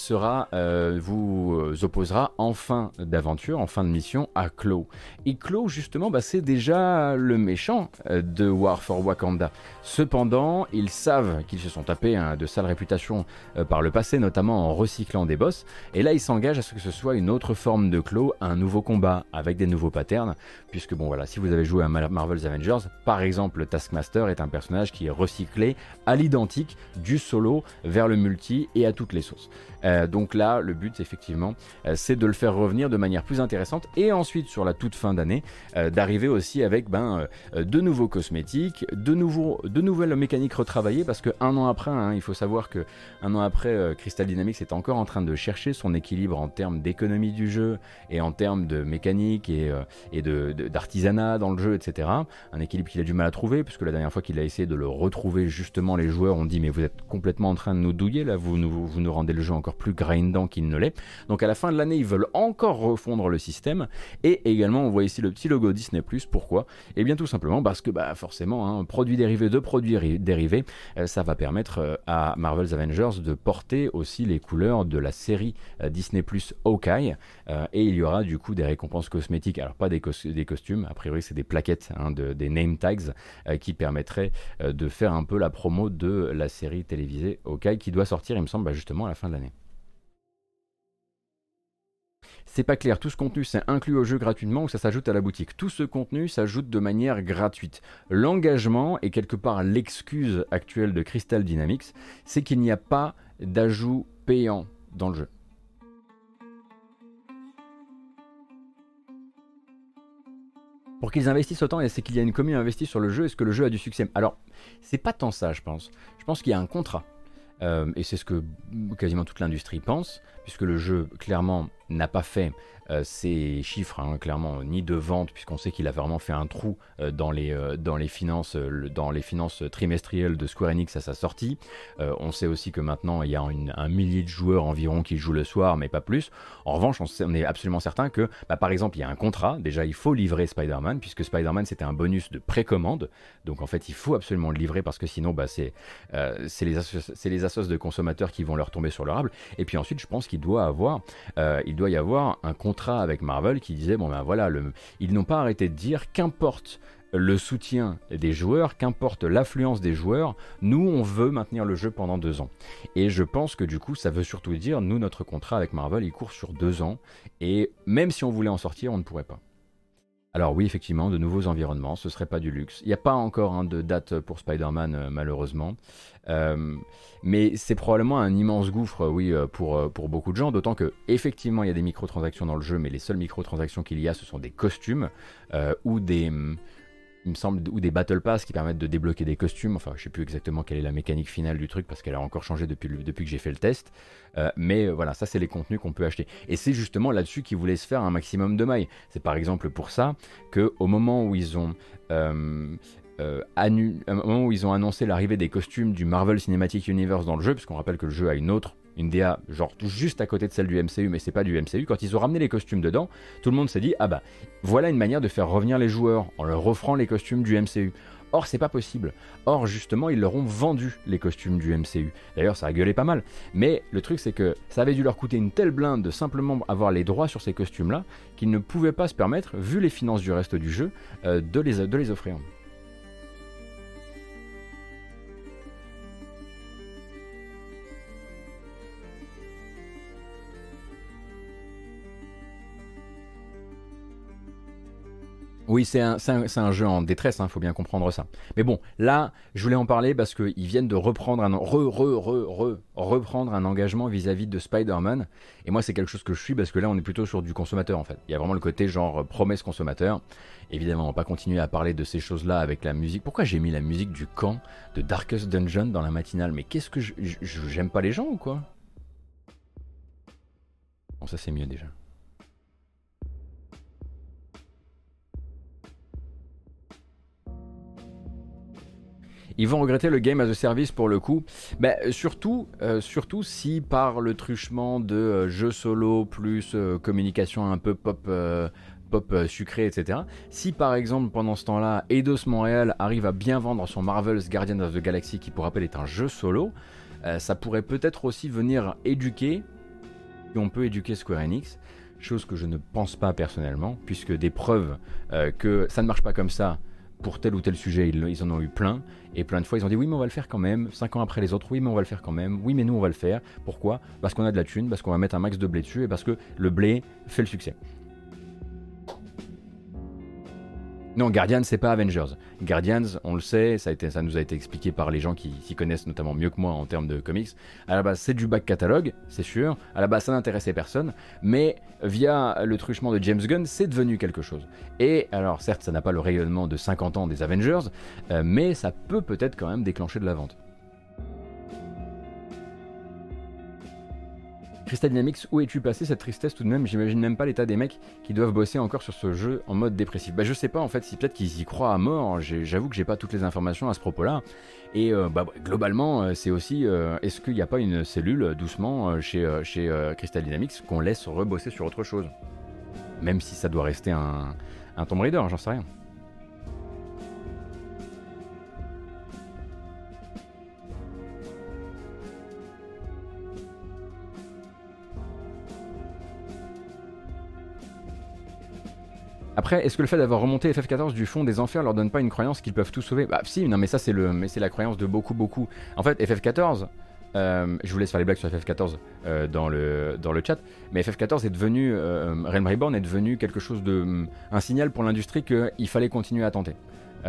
S1: vous opposera en fin d'aventure, en fin de mission, à Claw. Et Claw justement c'est déjà le méchant de War for Wakanda. Cependant ils savent qu'ils se sont tapés de sales réputations par le passé, notamment en recyclant des boss, et là ils s'engagent à ce que ce soit une autre forme de Claw, un nouveau combat avec des nouveaux patterns, puisque bon voilà, si vous avez joué à Marvel's Avengers par exemple, Taskmaster est un personnage qui est recyclé à l'identique du solo vers le multi et à toutes les sauces. Donc là le but effectivement c'est de le faire revenir de manière plus intéressante, et ensuite sur la toute fin d'année d'arriver aussi avec de nouveaux cosmétiques, de nouvelles mécaniques retravaillées, parce que un an après, il faut savoir que un an après, Crystal Dynamics est encore en train de chercher son équilibre en termes d'économie du jeu et en termes de mécanique et d'artisanat dans le jeu, etc. Un équilibre qu'il a du mal à trouver, puisque la dernière fois qu'il a essayé de le retrouver, justement les joueurs ont dit mais vous êtes complètement en train de nous douiller là, vous nous rendez le jeu encore plus grindant qu'il ne l'est. Donc à la fin de l'année ils veulent encore refondre le système, et également on voit ici le petit logo Disney+. Pourquoi ? Et bien tout simplement parce que forcément, produits dérivés de produits dérivés, ça va permettre à Marvel's Avengers de porter aussi les couleurs de la série Disney+ Hawkeye, et il y aura du coup des récompenses cosmétiques, alors pas des costumes, a priori c'est des plaquettes, des name tags qui permettraient de faire un peu la promo de la série télévisée Hawkeye, qui doit sortir il me semble justement à la fin de l'année. C'est pas clair, tout ce contenu c'est inclus au jeu gratuitement ou ça s'ajoute à la boutique? Tout ce contenu s'ajoute de manière gratuite. L'engagement et quelque part l'excuse actuelle de Crystal Dynamics, c'est qu'il n'y a pas d'ajout payant dans le jeu. Pour qu'ils investissent autant, c'est qu'il y a une commune investie sur le jeu. Est-ce que le jeu a du succès? Alors, c'est pas tant ça, je pense. Je pense qu'il y a un contrat. Et c'est ce que quasiment toute l'industrie pense, puisque le jeu, clairement, n'a pas fait ses chiffres, clairement, ni de vente, puisqu'on sait qu'il a vraiment fait un trou dans les finances trimestrielles de Square Enix à sa sortie. On sait aussi que maintenant, il y a un millier de joueurs environ qui jouent le soir, mais pas plus. En revanche, on est absolument certain que, par exemple, il y a un contrat. Déjà, il faut livrer Spider-Man, puisque Spider-Man, c'était un bonus de précommande. Donc, en fait, il faut absolument le livrer, parce que sinon, c'est les assos de consommateurs qui vont leur tomber sur le rable. Et puis ensuite, je pense qu'il doit y avoir un contrat avec Marvel qui disait ils n'ont pas arrêté de dire qu'importe le soutien des joueurs, qu'importe l'affluence des joueurs, nous on veut maintenir le jeu pendant 2 ans. Et je pense que du coup ça veut surtout dire, nous notre contrat avec Marvel il court sur 2 ans, et même si on voulait en sortir on ne pourrait pas. Alors oui, effectivement, de nouveaux environnements, ce serait pas du luxe. Il n'y a pas encore de date pour Spider-Man, malheureusement. Mais c'est probablement un immense gouffre, oui, pour beaucoup de gens, d'autant que effectivement il y a des microtransactions dans le jeu, mais les seules microtransactions qu'il y a, ce sont des costumes ou des... il me semble, ou des Battle Pass qui permettent de débloquer des costumes. Enfin, je sais plus exactement quelle est la mécanique finale du truc parce qu'elle a encore changé depuis que j'ai fait le test. Mais voilà, ça c'est les contenus qu'on peut acheter. Et c'est justement là-dessus qu'ils voulaient se faire un maximum de mailles. C'est par exemple pour ça qu'au moment où ils ont annoncé l'arrivée des costumes du Marvel Cinematic Universe dans le jeu, puisqu'on rappelle que le jeu a une DA genre juste à côté de celle du MCU, mais c'est pas du MCU, quand ils ont ramené les costumes dedans, tout le monde s'est dit voilà une manière de faire revenir les joueurs en leur offrant les costumes du MCU. Or c'est pas possible. Or justement ils leur ont vendu les costumes du MCU. D'ailleurs ça a gueulé pas mal. Mais le truc c'est que ça avait dû leur coûter une telle blinde de simplement avoir les droits sur ces costumes là qu'ils ne pouvaient pas se permettre, vu les finances du reste du jeu, de les offrir. Oui, c'est un jeu en détresse, faut bien comprendre ça. Mais bon, là, je voulais en parler parce qu'ils viennent de reprendre reprendre un engagement vis-à-vis de Spider-Man. Et moi, c'est quelque chose que je suis parce que là, on est plutôt sur du consommateur en fait. Il y a vraiment le côté genre promesse consommateur. Évidemment, on va pas continuer à parler de ces choses-là avec la musique. Pourquoi j'ai mis la musique du camp de Darkest Dungeon dans la matinale? Mais qu'est-ce que j'aime pas les gens ou quoi? Bon, ça c'est mieux déjà. Ils vont regretter le game as a service pour le coup. Bah, surtout si par le truchement de jeux solo plus communication un peu pop sucré, etc. Si par exemple pendant ce temps-là, Eidos Montréal arrive à bien vendre son Marvel's Guardians of the Galaxy, qui pour rappel est un jeu solo, ça pourrait peut-être aussi venir éduquer, et on peut éduquer Square Enix, chose que je ne pense pas personnellement, puisque des preuves que ça ne marche pas comme ça, pour tel ou tel sujet, ils en ont eu plein, et plein de fois ils ont dit oui mais on va le faire quand même, 5 ans après les autres, oui mais on va le faire quand même, oui mais nous on va le faire, pourquoi? Parce qu'on a de la thune, parce qu'on va mettre un max de blé dessus, et parce que le blé fait le succès. Non, Guardians, c'est pas Avengers. Guardians, on le sait, ça nous a été expliqué par les gens qui s'y connaissent notamment mieux que moi en termes de comics. À la base, c'est du back catalogue, c'est sûr. À la base, ça n'intéressait personne. Mais via le truchement de James Gunn, c'est devenu quelque chose. Et alors, certes, ça n'a pas le rayonnement de 50 ans des Avengers, mais ça peut peut-être quand même déclencher de la vente. Crystal Dynamics, où es-tu passé cette tristesse tout de même? J'imagine même pas l'état des mecs qui doivent bosser encore sur ce jeu en mode dépressif. Bah je sais pas en fait, si peut-être qu'ils y croient à mort, j'avoue que j'ai pas toutes les informations à ce propos-là. Et globalement, c'est aussi, est-ce qu'il n'y a pas une cellule doucement chez Crystal Dynamics qu'on laisse rebosser sur autre chose? Même si ça doit rester un Tomb Raider, j'en sais rien. Après, est-ce que le fait d'avoir remonté FF14 du fond des enfers leur donne pas une croyance qu'ils peuvent tout sauver? Bah si, non mais ça c'est la croyance de beaucoup. En fait, FF14, je vous laisse faire les blagues sur FF14 dans le chat, mais FF14 est devenu, Realm Reborn est devenu quelque chose de, un signal pour l'industrie qu'il fallait continuer à tenter.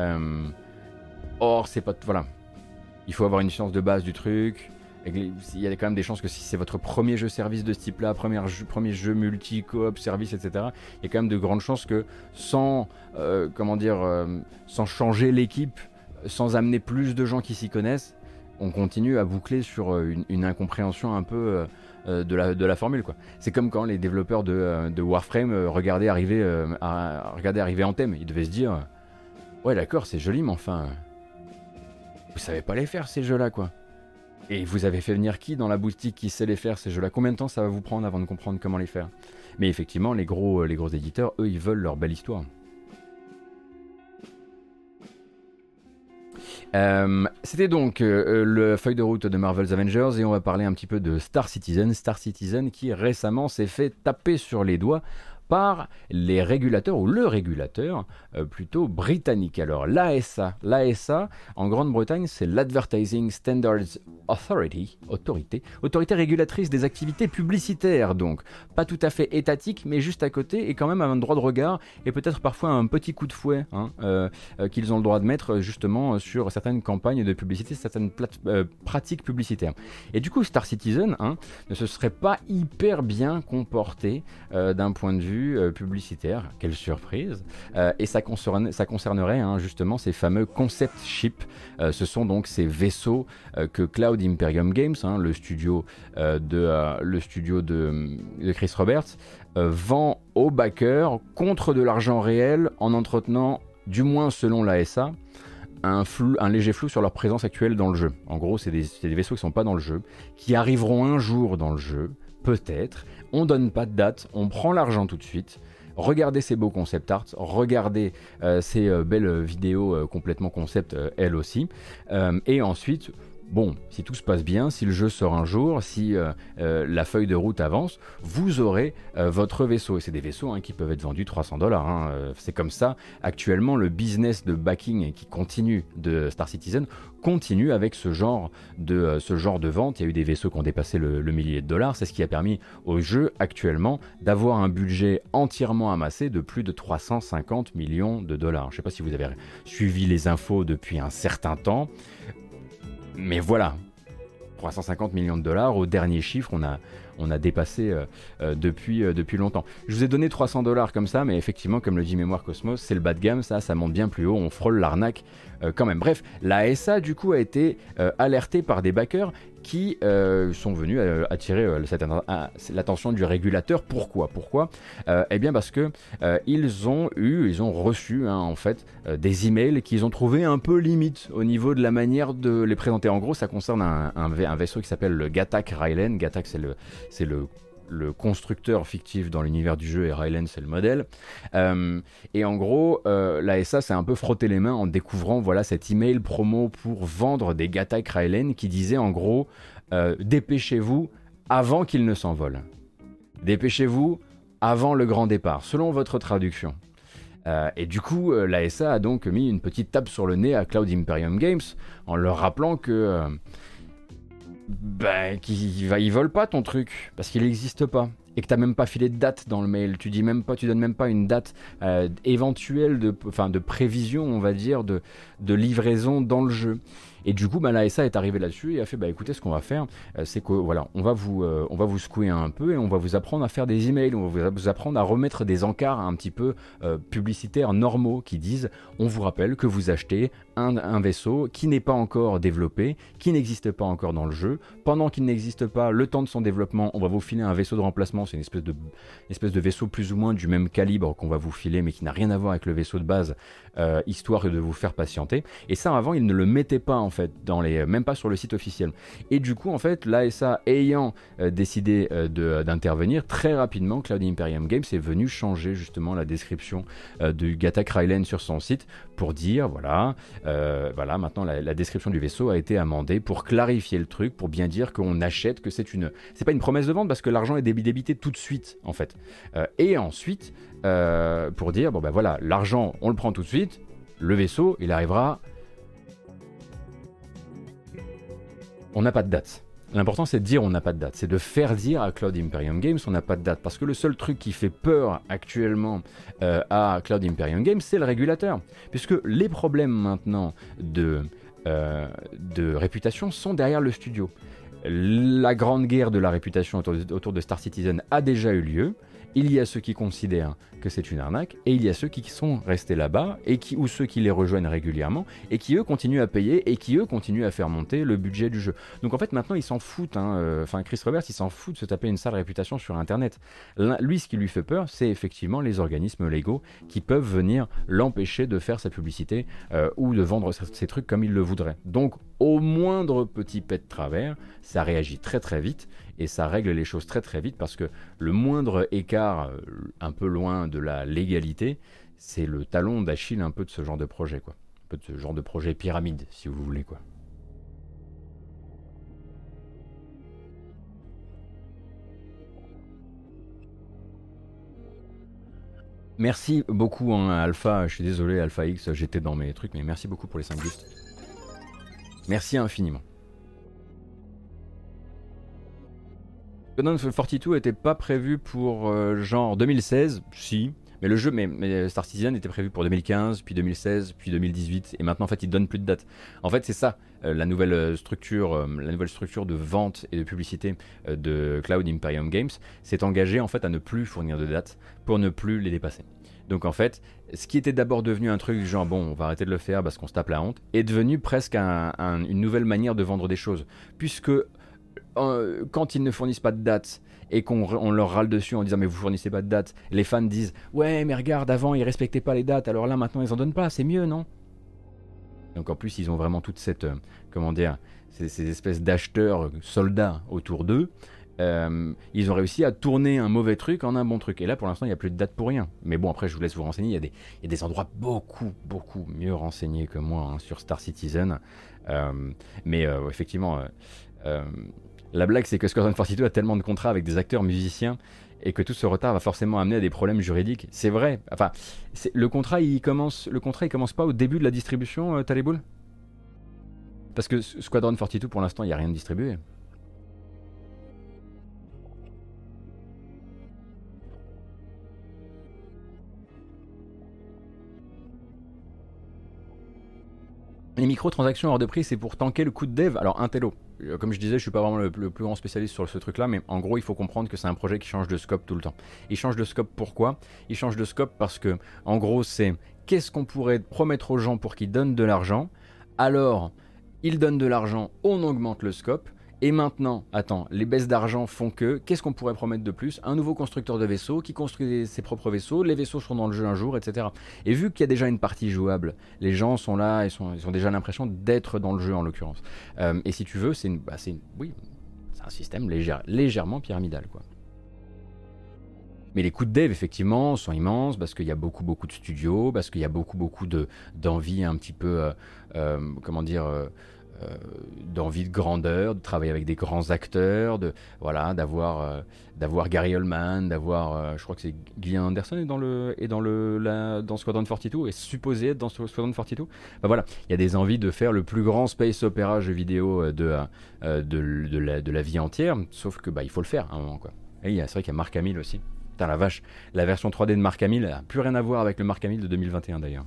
S1: Or, c'est pas, voilà, il faut avoir une science de base du truc. Il y a quand même des chances que si c'est votre premier jeu service de ce type-là, premier jeu multi-coop, service, etc., il y a quand même de grandes chances que sans changer l'équipe, sans amener plus de gens qui s'y connaissent, on continue à boucler sur une incompréhension un peu de la formule, quoi. C'est comme quand les développeurs de Warframe regardaient arriver Anthem, ils devaient se dire ouais d'accord c'est joli mais enfin vous savez pas les faire ces jeux-là, quoi. Et vous avez fait venir qui dans la boutique qui sait les faire ces jeux-là? Combien de temps ça va vous prendre avant de comprendre comment les faire? Mais effectivement, les gros éditeurs, eux, ils veulent leur belle histoire. C'était donc le feuille de route de Marvel's Avengers et on va parler un petit peu de Star Citizen. Star Citizen qui récemment s'est fait taper sur les doigts par les régulateurs, ou le régulateur plutôt britannique. Alors l'ASA en Grande-Bretagne, c'est l'Advertising Standards autorité régulatrice des activités publicitaires, donc pas tout à fait étatique, mais juste à côté, et quand même un droit de regard, et peut-être parfois un petit coup de fouet qu'ils ont le droit de mettre justement sur certaines campagnes de publicité, certaines pratiques publicitaires. Et du coup, Star Citizen ne se serait pas hyper bien comporté d'un point de vue publicitaire, quelle surprise, et ça concernerait justement ces fameux concept ships. Ce sont donc ces vaisseaux que Cloud Imperium Games, le studio de Chris Roberts, vend aux backers contre de l'argent réel en entretenant, du moins selon l'ASA, un léger flou sur leur présence actuelle dans le jeu. En gros, c'est des vaisseaux qui ne sont pas dans le jeu, qui arriveront un jour dans le jeu, peut-être. On donne pas de date, on prend l'argent tout de suite. Regardez ces beaux concept art, regardez ces belles vidéos complètement concept elles aussi. Et ensuite, bon, si tout se passe bien, si le jeu sort un jour, si la feuille de route avance, vous aurez votre vaisseau. Et c'est des vaisseaux qui peuvent être vendus 300$. C'est comme ça. Actuellement, le business de backing qui continue de Star Citizen continue avec ce genre de vente. Il y a eu des vaisseaux qui ont dépassé le millier de dollars. C'est ce qui a permis au jeu actuellement d'avoir un budget entièrement amassé de plus de 350 millions de dollars. Je ne sais pas si vous avez suivi les infos depuis un certain temps. Mais voilà, 350 millions de dollars, au dernier chiffre, on a dépassé depuis longtemps. Je vous ai donné 300$ comme ça, mais effectivement, comme le dit Mémoire Cosmos, c'est le bas de gamme, ça monte bien plus haut, on frôle l'arnaque quand même. Bref, la SA du coup a été alertée par des backers qui sont venus attirer l'attention du régulateur. Pourquoi Eh bien parce que ils ont reçu en fait des emails qu'ils ont trouvé un peu limites au niveau de la manière de les présenter. En gros, ça concerne un vaisseau qui s'appelle le Gatak Rylan. Gatak, c'est le constructeur fictif dans l'univers du jeu, et Rylan c'est le modèle. Et en gros, la SA s'est un peu frotté les mains en découvrant cet email promo pour vendre des Gatak Rylan qui disait en gros dépêchez-vous avant qu'il ne s'envole. Dépêchez-vous avant le grand départ, selon votre traduction. Et du coup, la SA a donc mis une petite tape sur le nez à Cloud Imperium Games en leur rappelant que ils volent pas ton truc parce qu'il n'existe pas et que t'as même pas filé de date dans le mail. Tu donnes même pas une date éventuelle de prévision, on va dire, de livraison dans le jeu. Et du coup, la SA est arrivée là-dessus et a fait écoutez, ce qu'on va faire, c'est que voilà, on va vous secouer un peu et on va vous apprendre à faire des emails, on va vous apprendre à remettre des encarts un petit peu publicitaires normaux qui disent on vous rappelle que vous achetez un vaisseau qui n'est pas encore développé, qui n'existe pas encore dans le jeu. Pendant qu'il n'existe pas, le temps de son développement, on va vous filer un vaisseau de remplacement. C'est une espèce de vaisseau plus ou moins du même calibre qu'on va vous filer, mais qui n'a rien à voir avec le vaisseau de base, histoire de vous faire patienter. Et ça, avant, ils ne le mettaient pas en fait, même pas sur le site officiel. Et du coup, en fait, l'ASA ayant décidé d'intervenir, très rapidement, Cloud Imperium Games est venu changer justement la description du Gatak Rylan sur son site pour dire voilà, maintenant la description du vaisseau a été amendée pour clarifier le truc, pour bien dire qu'on achète, que c'est pas une promesse de vente parce que l'argent est débité tout de suite en fait. Et ensuite, pour dire voilà, l'argent on le prend tout de suite, le vaisseau il arrivera. On n'a pas de date. L'important c'est de dire on n'a pas de date, c'est de faire dire à Cloud Imperium Games on n'a pas de date, parce que le seul truc qui fait peur actuellement à Cloud Imperium Games c'est le régulateur, puisque les problèmes maintenant de réputation sont derrière le studio. La grande guerre de la réputation autour de Star Citizen a déjà eu lieu. Il y a ceux qui considèrent que c'est une arnaque et il y a ceux qui sont restés là-bas ou ceux qui les rejoignent régulièrement et qui eux continuent à payer et qui eux continuent à faire monter le budget du jeu. Donc en fait maintenant ils s'en foutent, Chris Roberts il s'en fout de se taper une sale réputation sur internet. Lui ce qui lui fait peur c'est effectivement les organismes légaux qui peuvent venir l'empêcher de faire sa publicité ou de vendre ses trucs comme il le voudrait. Donc au moindre petit pet de travers, ça réagit très très vite et ça règle les choses très très vite parce que le moindre écart un peu loin de la légalité, c'est le talon d'Achille un peu de ce genre de projet, quoi. Un peu de ce genre de projet pyramide, si vous voulez, quoi. Merci beaucoup, Alpha. Je suis désolé, Alpha X, j'étais dans mes trucs, mais merci beaucoup pour les 5 gifts. Merci infiniment. Conan 42 n'était pas prévu pour genre 2016, si, mais le jeu, mais Star Citizen était prévu pour 2015, puis 2016, puis 2018, et maintenant en fait il donne plus de date. En fait c'est ça la nouvelle structure de vente et de publicité de Cloud Imperium Games s'est engagée en fait à ne plus fournir de date pour ne plus les dépasser. Donc en fait, ce qui était d'abord devenu un truc genre bon, on va arrêter de le faire parce qu'on se tape la honte, est devenu presque une nouvelle manière de vendre des choses, puisque quand ils ne fournissent pas de date et qu'on leur râle dessus en disant mais vous fournissez pas de date, les fans disent ouais mais regarde avant ils respectaient pas les dates alors là maintenant ils en donnent pas, c'est mieux non? Donc en plus ils ont vraiment toute cette ces espèces d'acheteurs soldats autour d'eux ils ont réussi à tourner un mauvais truc en un bon truc. Et là, pour l'instant, il n'y a plus de date pour rien. Mais bon, après, je vous laisse vous renseigner. Il y a des endroits beaucoup, beaucoup mieux renseignés que moi sur Star Citizen. Mais effectivement, la blague, c'est que Squadron 42 a tellement de contrats avec des acteurs musiciens et que tout ce retard va forcément amener à des problèmes juridiques. C'est vrai. Enfin, le contrat, il commence pas au début de la distribution, Taliboul? Parce que Squadron 42, pour l'instant, il n'y a rien de distribué. Les microtransactions hors de prix, c'est pour tanker le coût de dev. Alors, Intello, comme je disais, je suis pas vraiment le plus grand spécialiste sur ce truc-là, mais en gros, il faut comprendre que c'est un projet qui change de scope tout le temps. Il change de scope pourquoi? Il change de scope parce que, en gros, c'est qu'est-ce qu'on pourrait promettre aux gens pour qu'ils donnent de l'argent. Alors, ils donnent de l'argent, on augmente le scope. Et maintenant, attends, les baisses d'argent font que, qu'est-ce qu'on pourrait promettre de plus? Un nouveau constructeur de vaisseaux qui construit ses propres vaisseaux, les vaisseaux seront dans le jeu un jour, etc. Et vu qu'il y a déjà une partie jouable, les gens sont là, ils ont déjà l'impression d'être dans le jeu en l'occurrence. Et si tu veux, c'est un système légèrement pyramidal, quoi. Mais les coûts de dev, effectivement, sont immenses parce qu'il y a beaucoup de studios, parce qu'il y a beaucoup d'envie un petit peu, d'envie de grandeur, de travailler avec des grands acteurs, d'avoir Gary Oldman, d'avoir, je crois que c'est Gillian Anderson dans Squadron 42, est supposé être dans Squadron 42. Ben voilà, il y a des envies de faire le plus grand space opéra jeu vidéo de la vie entière, sauf que il faut le faire à un moment, quoi. Et c'est vrai qu'il y a Mark Hamill aussi. Putain la vache, la version 3D de Mark Hamill n'a plus rien à voir avec le Mark Hamill de 2021 d'ailleurs.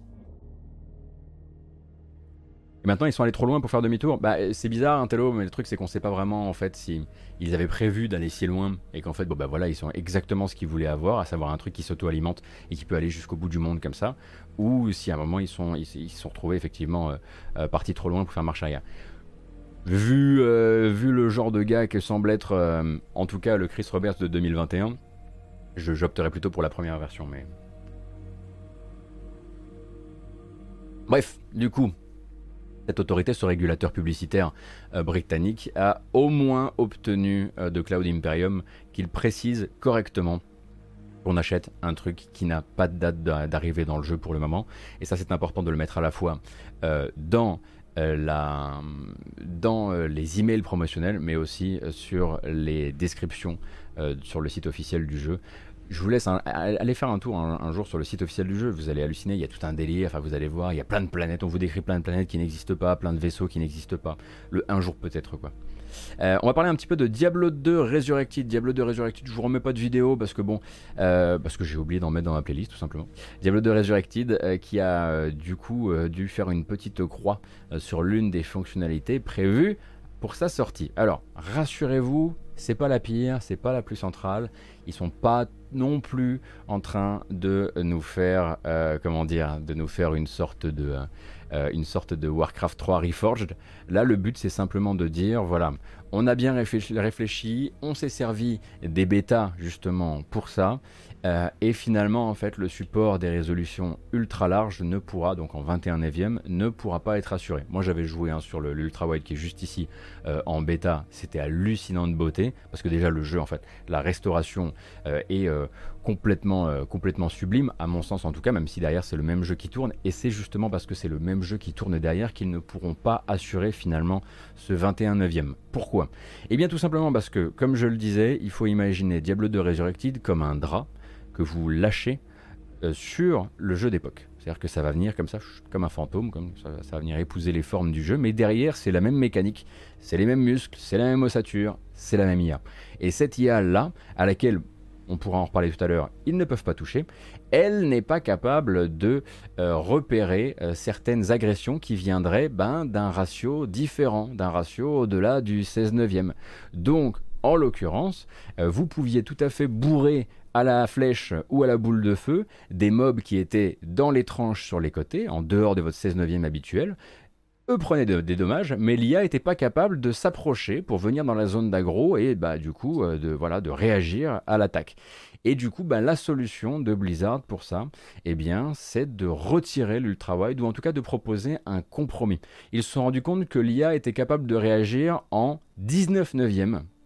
S1: Et maintenant, ils sont allés trop loin pour faire demi-tour. C'est bizarre, Intello, mais le truc, c'est qu'on sait pas vraiment, en fait, si ils avaient prévu d'aller si loin et qu'en fait, voilà, ils sont exactement ce qu'ils voulaient avoir, à savoir un truc qui s'auto-alimente et qui peut aller jusqu'au bout du monde comme ça, ou si à un moment, ils se sont retrouvés effectivement partis trop loin pour faire marche arrière. Vu le genre de gars que semble être, en tout cas, le Chris Roberts de 2021, j'opterais plutôt pour la première version, mais... Bref, du coup... Cette autorité, ce régulateur publicitaire britannique, a au moins obtenu de Cloud Imperium qu'il précise correctement qu'on achète un truc qui n'a pas de date d'arrivée dans le jeu pour le moment. Et ça, c'est important de le mettre à la fois dans les emails promotionnels, mais aussi sur les descriptions sur le site officiel du jeu. Je vous laisse aller faire un tour un jour sur le site officiel du jeu, vous allez halluciner, il y a tout un délire, enfin vous allez voir, il y a plein de planètes, on vous décrit plein de planètes qui n'existent pas, plein de vaisseaux qui n'existent pas, un jour peut-être quoi. On va parler un petit peu de Diablo 2 Resurrected. Diablo 2 Resurrected, je vous remets pas de vidéo parce que parce que j'ai oublié d'en mettre dans ma playlist tout simplement. Diablo 2 Resurrected qui a du coup dû faire une petite croix sur l'une des fonctionnalités prévues pour sa sortie. Alors, rassurez-vous, c'est pas la pire, c'est pas la plus centrale. Ils sont pas non plus en train de nous faire, de nous faire une sorte de Warcraft 3 Reforged. Là, le but, c'est simplement de dire, voilà, on a bien réfléchi, on s'est servi des bêtas justement pour ça. Et finalement, en fait, le support des résolutions ultra larges ne pourra, donc en 21/9, ne pourra pas être assuré. Moi, j'avais joué sur l'ultra wide qui est juste ici en bêta. C'était hallucinant de beauté parce que déjà le jeu, en fait, la restauration est complètement sublime, à mon sens en tout cas, même si derrière c'est le même jeu qui tourne. Et c'est justement parce que c'est le même jeu qui tourne derrière qu'ils ne pourront pas assurer finalement ce 21/9. Pourquoi? Eh bien, tout simplement parce que, comme je le disais, il faut imaginer Diablo 2 Resurrected comme un drap que vous lâchez sur le jeu d'époque. C'est-à-dire que ça va venir comme ça, comme un fantôme, comme ça va venir épouser les formes du jeu, mais derrière c'est la même mécanique, c'est les mêmes muscles, c'est la même ossature, c'est la même IA. Et cette IA-là, à laquelle on pourra en reparler tout à l'heure, ils ne peuvent pas toucher, elle n'est pas capable de repérer certaines agressions qui viendraient d'un ratio différent, d'un ratio au-delà du 16/9. Donc, en l'occurrence, vous pouviez tout à fait bourrer à la flèche ou à la boule de feu des mobs qui étaient dans les tranches sur les côtés, en dehors de votre 16/9 habituel. Eux prenaient des dommages, mais l'IA n'était pas capable de s'approcher pour venir dans la zone d'aggro et du coup de réagir à l'attaque. Et du coup, la solution de Blizzard pour ça, eh bien, c'est de retirer l'ultra-wide ou en tout cas de proposer un compromis. Ils se sont rendus compte que l'IA était capable de réagir en 19/9,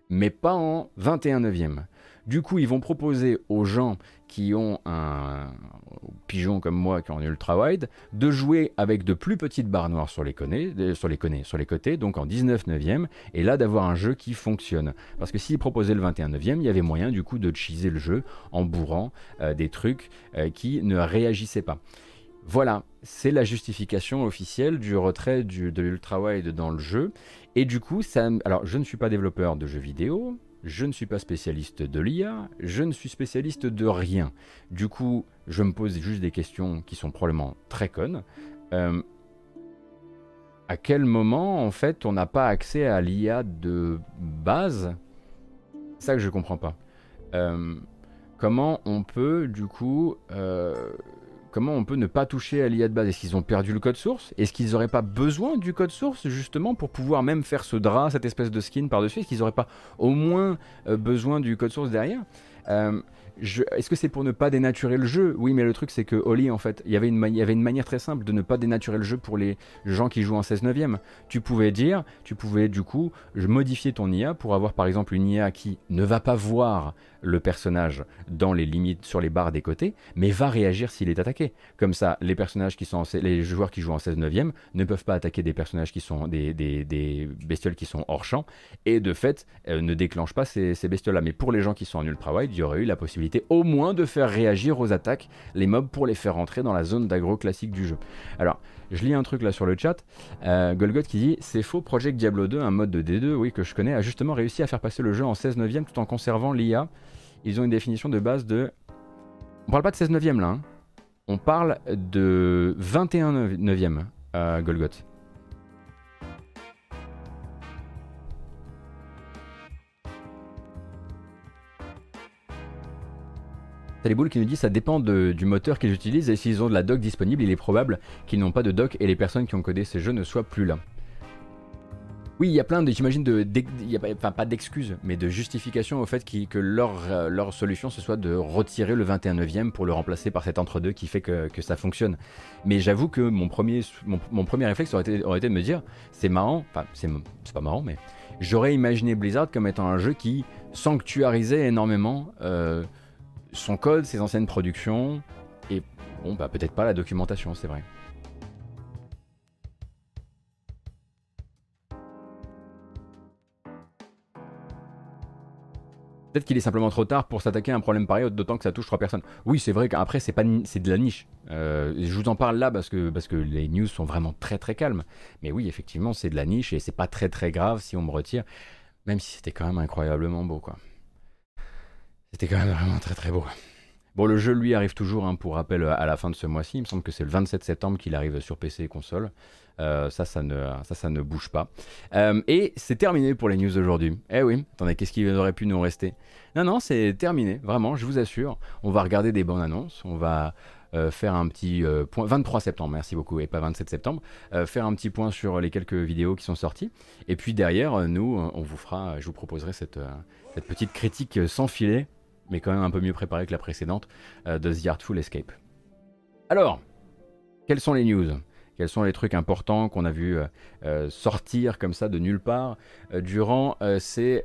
S1: mais pas en 21/9. Du coup, ils vont proposer aux gens qui ont un pigeon comme moi qui ont un ultra wide de jouer avec de plus petites barres noires sur les côtés, donc en 19/9, et là d'avoir un jeu qui fonctionne. Parce que s'ils proposaient le 21/9, il y avait moyen du coup de cheeser le jeu en bourrant des trucs qui ne réagissaient pas. Voilà, c'est la justification officielle du retrait de l'ultra wide dans le jeu. Et du coup, alors je ne suis pas développeur de jeux vidéo. Je ne suis pas spécialiste de l'IA, je ne suis spécialiste de rien. Du coup, je me pose juste des questions qui sont probablement très connes. À quel moment, en fait, on n'a pas accès à l'IA de base? C'est ça que je ne comprends pas. Comment on peut, du coup... Comment on peut ne pas toucher à l'IA de base? Est-ce qu'ils ont perdu le code source? Est-ce qu'ils n'auraient pas besoin du code source justement pour pouvoir même faire ce drap, cette espèce de skin par-dessus? Est-ce qu'ils n'auraient pas au moins besoin du code source derrière? Est-ce que c'est pour ne pas dénaturer le jeu? Oui, mais le truc c'est que Oli, en fait, il y avait une manière très simple de ne pas dénaturer le jeu pour les gens qui jouent en 16/9. Tu pouvais du coup modifier ton IA pour avoir par exemple une IA qui ne va pas voir le personnage dans les limites sur les barres des côtés, mais va réagir s'il est attaqué. Comme ça, les joueurs qui jouent en 16/9 ne peuvent pas attaquer des personnages qui sont des bestioles qui sont hors champ, et de fait ne déclenchent pas ces bestioles-là. Mais pour les gens qui sont en ultra wide, il y aurait eu la possibilité au moins de faire réagir aux attaques les mobs pour les faire rentrer dans la zone d'aggro classique du jeu. Alors, je lis un truc là sur le chat, Golgoth qui dit: c'est faux, Project Diablo 2, un mode de D2, oui, que je connais, a justement réussi à faire passer le jeu en 16/9 tout en conservant l'IA. Ils ont une définition de base de... On parle pas de 16/9 là, hein. On parle de 21/9, Golgoth. T'as les boules qui nous dit ça dépend du moteur qu'ils utilisent, et s'ils ont de la doc disponible, il est probable qu'ils n'ont pas de doc et les personnes qui ont codé ces jeux ne soient plus là. Oui, il y a plein de, j'imagine, pas d'excuses, mais de justifications au fait que leur solution ce soit de retirer le 21/9 pour le remplacer par cet entre-deux qui fait que ça fonctionne. Mais j'avoue que mon premier réflexe aurait été de me dire, c'est marrant, enfin c'est pas marrant, mais j'aurais imaginé Blizzard comme étant un jeu qui sanctuarisait énormément son code, ses anciennes productions, et bon, bah peut-être pas la documentation, c'est vrai. Peut-être qu'il est simplement trop tard pour s'attaquer à un problème pareil, d'autant que ça touche 3 personnes. Oui, c'est vrai qu'après, c'est de la niche. Je vous en parle là parce que les news sont vraiment très très calmes. Mais oui, effectivement, c'est de la niche et c'est pas très très grave si on me retire. Même si c'était quand même incroyablement beau, quoi. C'était quand même vraiment très très beau. Bon, le jeu, lui, arrive toujours, hein, pour rappel, à la fin de ce mois-ci. Il me semble que c'est le 27 septembre qu'il arrive sur PC et console. Ça ne bouge pas. Et c'est terminé pour les news d'aujourd'hui. Eh oui, attendez, qu'est-ce qui aurait pu nous rester? Non, c'est terminé, vraiment, je vous assure. On va regarder des bandes annonces, on va faire un petit point, 23 septembre, merci beaucoup, et pas 27 septembre, faire un petit point sur les quelques vidéos qui sont sorties. Et puis derrière, nous, je vous proposerai cette petite critique sans filet, mais quand même un peu mieux préparée que la précédente, de The Artful Escape. Alors, quelles sont les news ? Quels sont les trucs importants qu'on a vu sortir comme ça de nulle part durant ces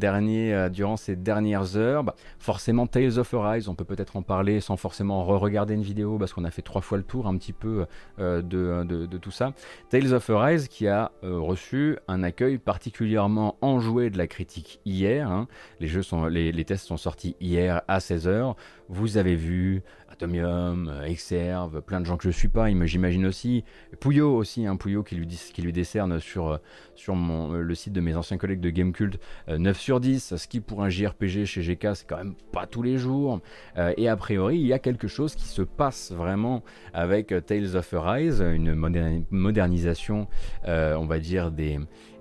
S1: dernières heures? Forcément, Tales of Arise, on peut peut-être en parler sans forcément re-regarder une vidéo parce qu'on a fait 3 fois le tour un petit peu de tout ça. Tales of Arise qui a reçu un accueil particulièrement enjoué de la critique hier, hein. Les tests sont sortis hier à 16h. Vous avez vu Atomium, Exerve, plein de gens que je suis pas, j'imagine aussi. Pouillot aussi, hein, Pouillot qui lui décerne sur le site de mes anciens collègues de Gamecult 9 sur 10, ce qui pour un JRPG chez GK c'est quand même pas tous les jours. Et a priori il y a quelque chose qui se passe vraiment avec Tales of Arise, une modernisation, on va dire, des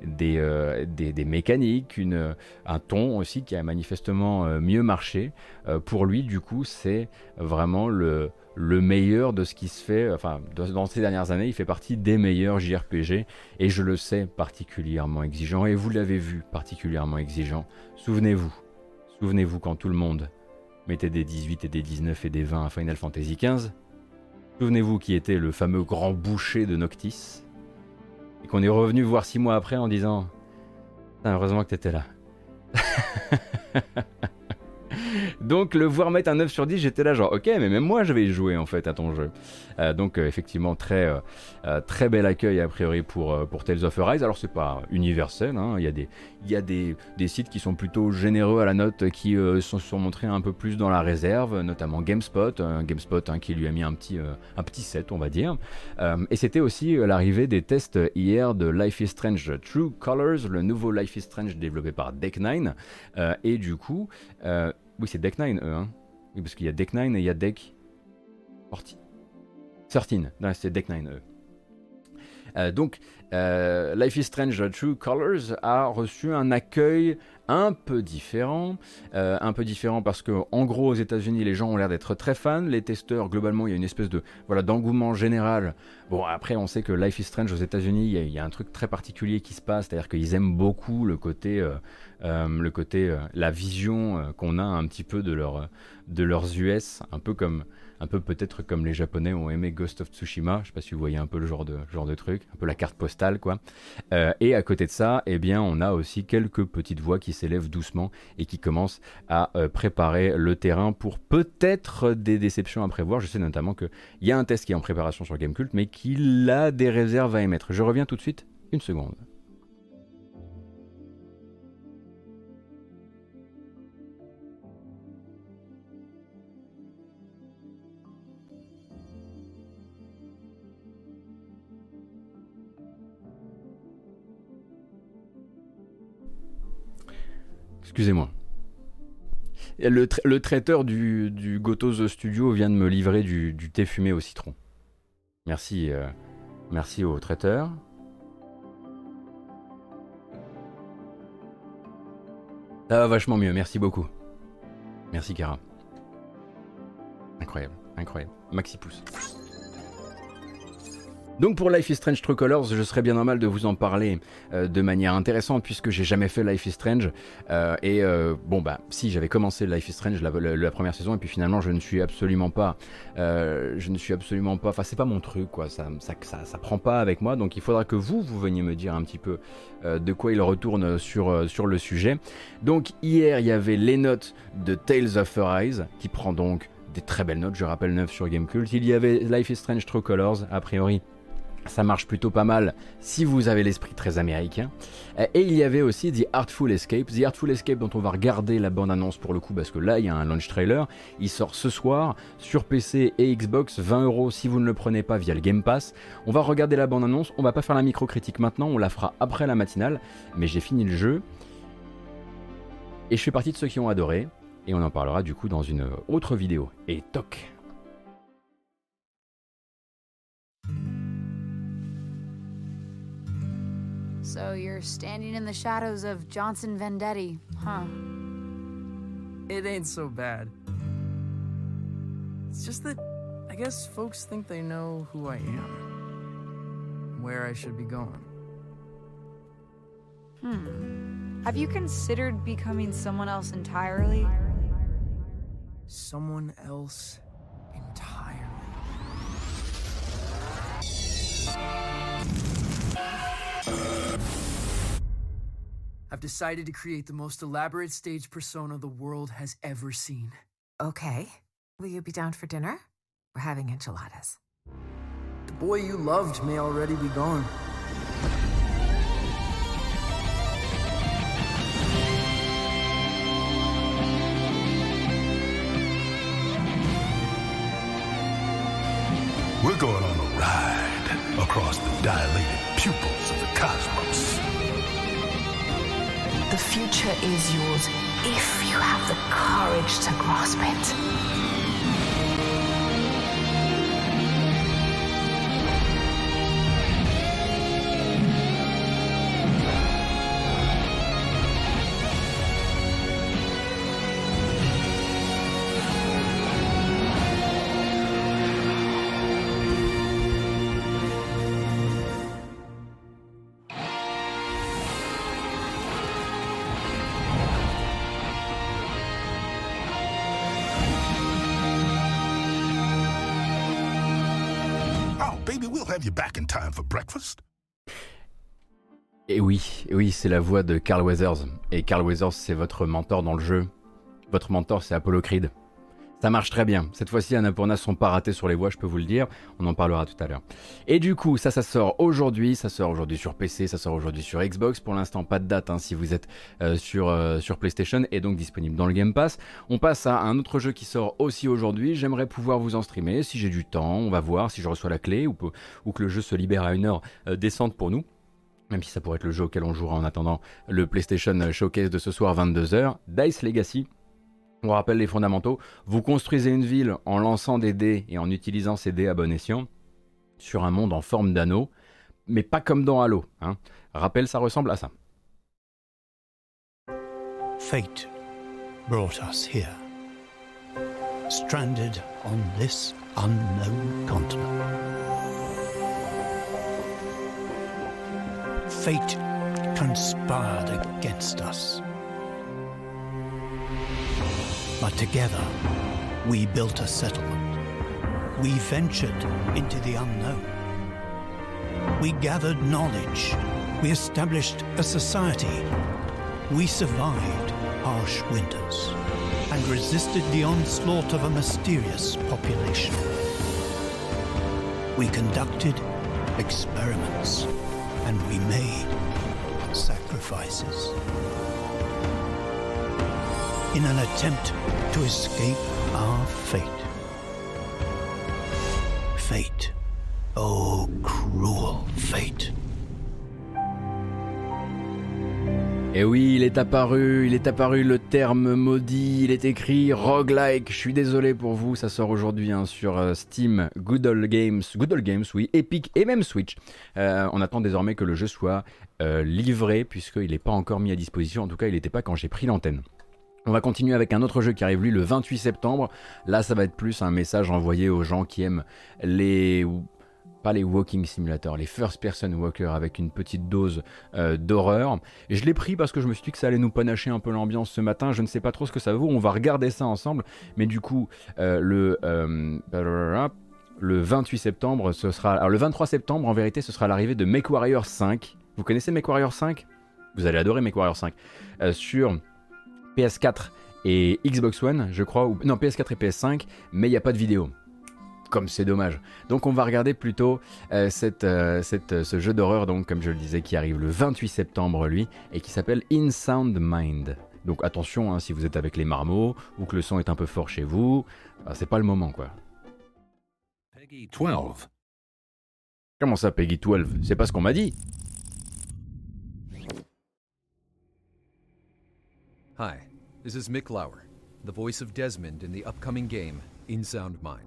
S1: mécaniques, un ton aussi qui a manifestement mieux marché. Pour lui, du coup, c'est vraiment le meilleur de ce qui se fait, enfin, dans ces dernières années, il fait partie des meilleurs JRPG, et je le sais, particulièrement exigeant, et vous l'avez vu, particulièrement exigeant. Souvenez-vous quand tout le monde mettait des 18 et des 19 et des 20 à Final Fantasy XV. Souvenez-vous qui était le fameux grand boucher de Noctis, et qu'on est revenu voir 6 mois après en disant « Heureusement que t'étais là ». Donc le voir mettre un 9 sur 10, j'étais là genre ok, mais même moi je vais y jouer en fait à ton jeu. Donc effectivement très bel accueil a priori pour Tales of Arise. Alors c'est pas universel, hein. Il y a des sites qui sont plutôt généreux à la note, qui se sont montrés un peu plus dans la réserve, notamment GameSpot, hein, qui lui a mis un petit 7 on va dire. Et c'était aussi l'arrivée des tests hier de Life is Strange True Colors, le nouveau Life is Strange développé par Deck9, et du coup oui, c'est Deck9, hein. Oui, parce qu'il y a Deck9 et il y a Deck 13. Non, c'est Deck9, donc, Life is Strange True Colors a reçu un accueil un peu différent parce que, en gros, aux États-Unis, les gens ont l'air d'être très fans. Les testeurs, globalement, il y a une espèce de d'engouement général. Bon, après, on sait que Life is Strange aux États-Unis, il y a un truc très particulier qui se passe, c'est-à-dire qu'ils aiment beaucoup le côté, la vision qu'on a un petit peu de leurs US, un peu peut-être comme les Japonais ont aimé Ghost of Tsushima. Je sais pas si vous voyez un peu le genre de truc, un peu la carte postale quoi. Et à côté de ça, eh bien, on a aussi quelques petites voix qui s'élèvent doucement et qui commencent à préparer le terrain pour peut-être des déceptions à prévoir. Je sais notamment qu'il y a un test qui est en préparation sur Gamecult, mais qu'il a des réserves à émettre. Je reviens tout de suite, une seconde. Excusez-moi. Le traiteur du Goto's Studio vient de me livrer du thé fumé au citron. Merci, merci au traiteur. Ça va vachement mieux, merci beaucoup. Merci Kara. Incroyable, incroyable. Maxi pouce. Donc pour Life is Strange True Colors, je serais bien normal de vous en parler de manière intéressante puisque j'ai jamais fait Life is Strange bon bah si j'avais commencé Life is Strange la première saison et puis finalement je ne suis absolument pas, enfin c'est pas mon truc quoi, ça prend pas avec moi, donc il faudra que vous veniez me dire un petit peu de quoi il retourne sur le sujet. Donc hier il y avait les notes de Tales of Arise qui prend donc des très belles notes, je rappelle 9 sur Gamecult. Il y avait Life is Strange True Colors, a priori ça marche plutôt pas mal si vous avez l'esprit très américain. Et il y avait aussi The Artful Escape dont on va regarder la bande-annonce pour le coup parce que là il y a un launch trailer. Il sort ce soir sur PC et Xbox, 20 € si vous ne le prenez pas via le Game Pass. On va regarder la bande-annonce, on va pas faire la micro-critique maintenant, on la fera après la matinale, mais j'ai fini le jeu et je fais partie de ceux qui ont adoré et on en parlera du coup dans une autre vidéo. Et toc.
S3: So you're standing in the shadows of Johnson Vendetti, huh?
S4: It ain't so bad. It's just that I guess folks think they know who I am, where I should be going.
S3: Have you considered becoming someone else entirely?
S4: Someone else entirely. I've decided to create the most elaborate stage persona the world has ever seen.
S5: Okay. Will you be down for dinner? We're having enchiladas.
S4: The boy you loved may already be gone.
S6: We're going on a ride across the dilated pupils of the cosmos.
S5: The future is yours if you have the courage to grasp it.
S6: We'll have you back in time for breakfast.
S1: Et oui, c'est la voix de Carl Weathers. Et Carl Weathers, c'est votre mentor dans le jeu. Votre mentor, c'est Apollo Creed. Ça marche très bien. Cette fois-ci, Annapurna sont pas ratés sur les voix, je peux vous le dire. On en parlera tout à l'heure. Et du coup, ça sort aujourd'hui. Ça sort aujourd'hui sur PC, ça sort aujourd'hui sur Xbox. Pour l'instant, pas de date si vous êtes sur PlayStation et donc disponible dans le Game Pass. On passe à un autre jeu qui sort aussi aujourd'hui. J'aimerais pouvoir vous en streamer. Si j'ai du temps, on va voir si je reçois la clé ou que le jeu se libère à une heure décente pour nous. Même si ça pourrait être le jeu auquel on jouera en attendant le PlayStation Showcase de ce soir 22h. Dice Legacy. On rappelle les fondamentaux, vous construisez une ville en lançant des dés et en utilisant ces dés à bon escient sur un monde en forme d'anneau, mais pas comme dans Halo. Rappel, ça ressemble à ça.
S6: Fate brought us here, stranded on this unknown continent. Fate conspired against us. But together, we built a settlement. We ventured into the unknown. We gathered knowledge. We established a society. We survived harsh winters and resisted the onslaught of a mysterious population. We conducted experiments and we made sacrifices. In an attempt to escape our fate. Fate. Oh, cruel fate.
S1: Et oui, il est apparu le terme maudit, il est écrit roguelike. Je suis désolé pour vous, ça sort aujourd'hui sur Steam, Good Old Games, oui, Epic et même Switch. On attend désormais que le jeu soit livré puisqu'il n'est pas encore mis à disposition. En tout cas, il n'était pas quand j'ai pris l'antenne. On va continuer avec un autre jeu qui arrive lui le 28 septembre. Là, ça va être plus un message envoyé aux gens qui aiment pas les walking simulators, les first person walker avec une petite dose d'horreur. Et je l'ai pris parce que je me suis dit que ça allait nous panacher un peu l'ambiance ce matin. Je ne sais pas trop ce que ça vaut. On va regarder ça ensemble. Mais du coup, le 28 septembre, ce sera... Alors le 23 septembre, en vérité, ce sera l'arrivée de MechWarrior 5. Vous connaissez MechWarrior 5 ? Vous allez adorer MechWarrior 5. Sur PS4 et Xbox One, je crois, non, PS4 et PS5, mais il n'y a pas de vidéo. Comme c'est dommage. Donc on va regarder plutôt ce jeu d'horreur, donc comme je le disais, qui arrive le 28 septembre, lui, et qui s'appelle In Sound Mind. Donc attention, si vous êtes avec les marmots, ou que le son est un peu fort chez vous, c'est pas le moment, quoi.
S6: Peggy 12.
S1: Comment ça, Peggy 12 ? C'est pas ce qu'on m'a dit.
S7: Hi, this is Mick Lauer, the voice of Desmond in the upcoming game, In Sound Mind.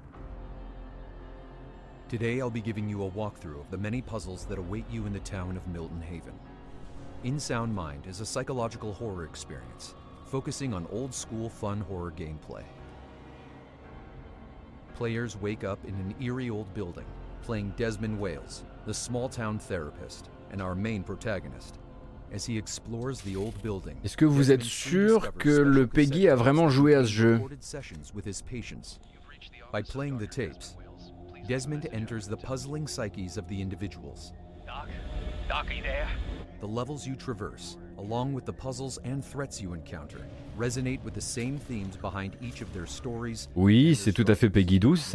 S7: Today I'll be giving you a walkthrough of the many puzzles that await you in the town of Milton Haven. In Sound Mind is a psychological horror experience, focusing on old-school fun horror gameplay. Players wake up in an eerie old building, playing Desmond Wales, the small-town therapist, and our main protagonist.
S1: Est-ce que vous êtes sûr que le Peggy a vraiment joué à ce jeu ?
S7: By playing the tapes, Desmond enters the puzzling psyches of the individuals.
S8: Doc, are you there?
S7: The levels you traverse, along with the puzzles and threats you encounter, resonate with the same themes behind each of their stories.
S1: Oui, c'est tout à fait Peggy 12.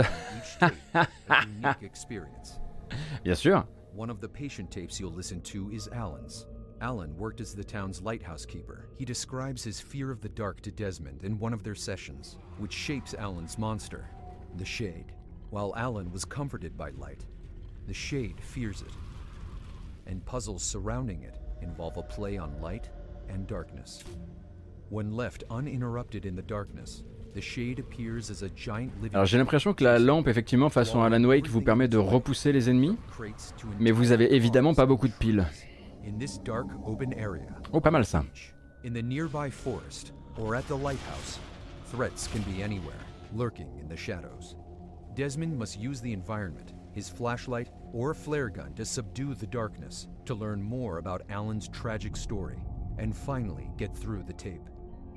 S1: Bien sûr.
S7: One of the patient tapes you'll listen to is Alan's. Alan worked as the town's lighthouse keeper. He describes his fear of the dark to Desmond in one of their sessions, which shapes Alan's monster, the Shade. While Alan was comforted by light, the Shade fears it. And puzzles surrounding it involve a play on light and darkness. When left uninterrupted in the darkness, the Shade appears as a giant living...
S1: Alors j'ai l'impression que la lampe, effectivement, façon Alan Wake, vous permet de repousser les ennemis, mais vous avez évidemment pas beaucoup de piles.
S7: In this dark open area,
S1: oh, pas mal ça.
S7: In the nearby forest or at the lighthouse, threats can be anywhere, lurking in the shadows. Desmond must use the environment, his flashlight or flare gun to subdue the darkness, to learn more about Alan's tragic story, and finally get through the tape.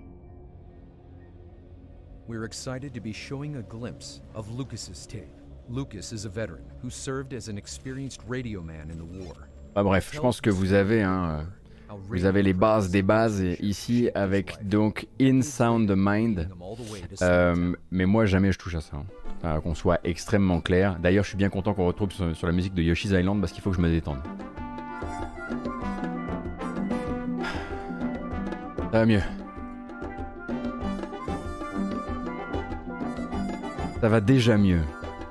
S7: We're excited to be showing a glimpse of Lucas's tape. Lucas is a veteran who served as an experienced radio man in the war.
S1: Ah, bref, je pense que vous avez les bases des bases ici avec donc In Sound Mind. Mais moi jamais je touche à ça. Qu'on soit extrêmement clair. D'ailleurs, je suis bien content qu'on retrouve sur la musique de Yoshi's Island parce qu'il faut que je me détende. Ça va mieux. Ça va déjà mieux.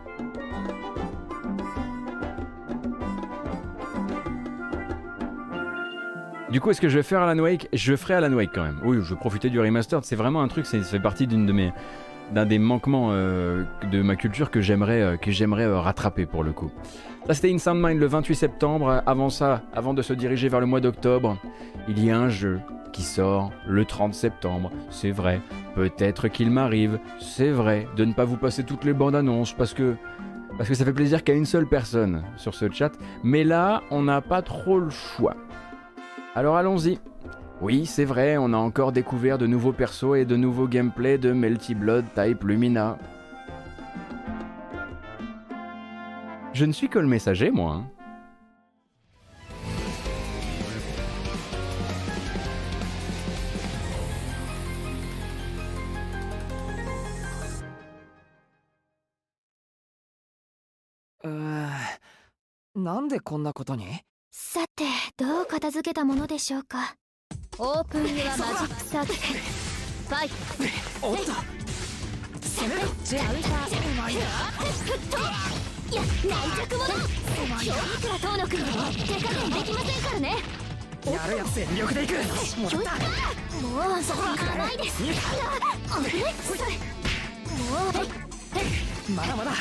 S1: Du coup, est-ce que je vais faire Alan Wake? Je ferai Alan Wake quand même. Oui, je vais profiter du remastered. C'est vraiment un truc, ça fait partie d'un des manquements de ma culture que j'aimerais rattraper pour le coup. Ça, c'était In Sound Mind le 28 septembre. Avant ça, avant de se diriger vers le mois d'octobre, il y a un jeu qui sort le 30 septembre. C'est vrai. Peut-être qu'il m'arrive, c'est vrai, de ne pas vous passer toutes les bandes annonces parce que ça fait plaisir qu'à une seule personne sur ce chat. Mais là, on n'a pas trop le choix. Alors allons-y. Oui, c'est vrai, on a encore découvert de nouveaux persos et de nouveaux gameplays de Melty Blood Type Lumina. Je ne suis que le messager, moi. Hein.
S9: Pourquoi さて、どう片付けたものでしょうか。オープンにはマジックサーキット。ファイト。おっと。攻めろ。カウンター。お前だ。ふっと。いや、軟弱者。お前だ。いくら遠野君でも手加減できませんからね。やるやつ全力でいく。もう甘いです。いや、危ない。それ。もう。まだまだ。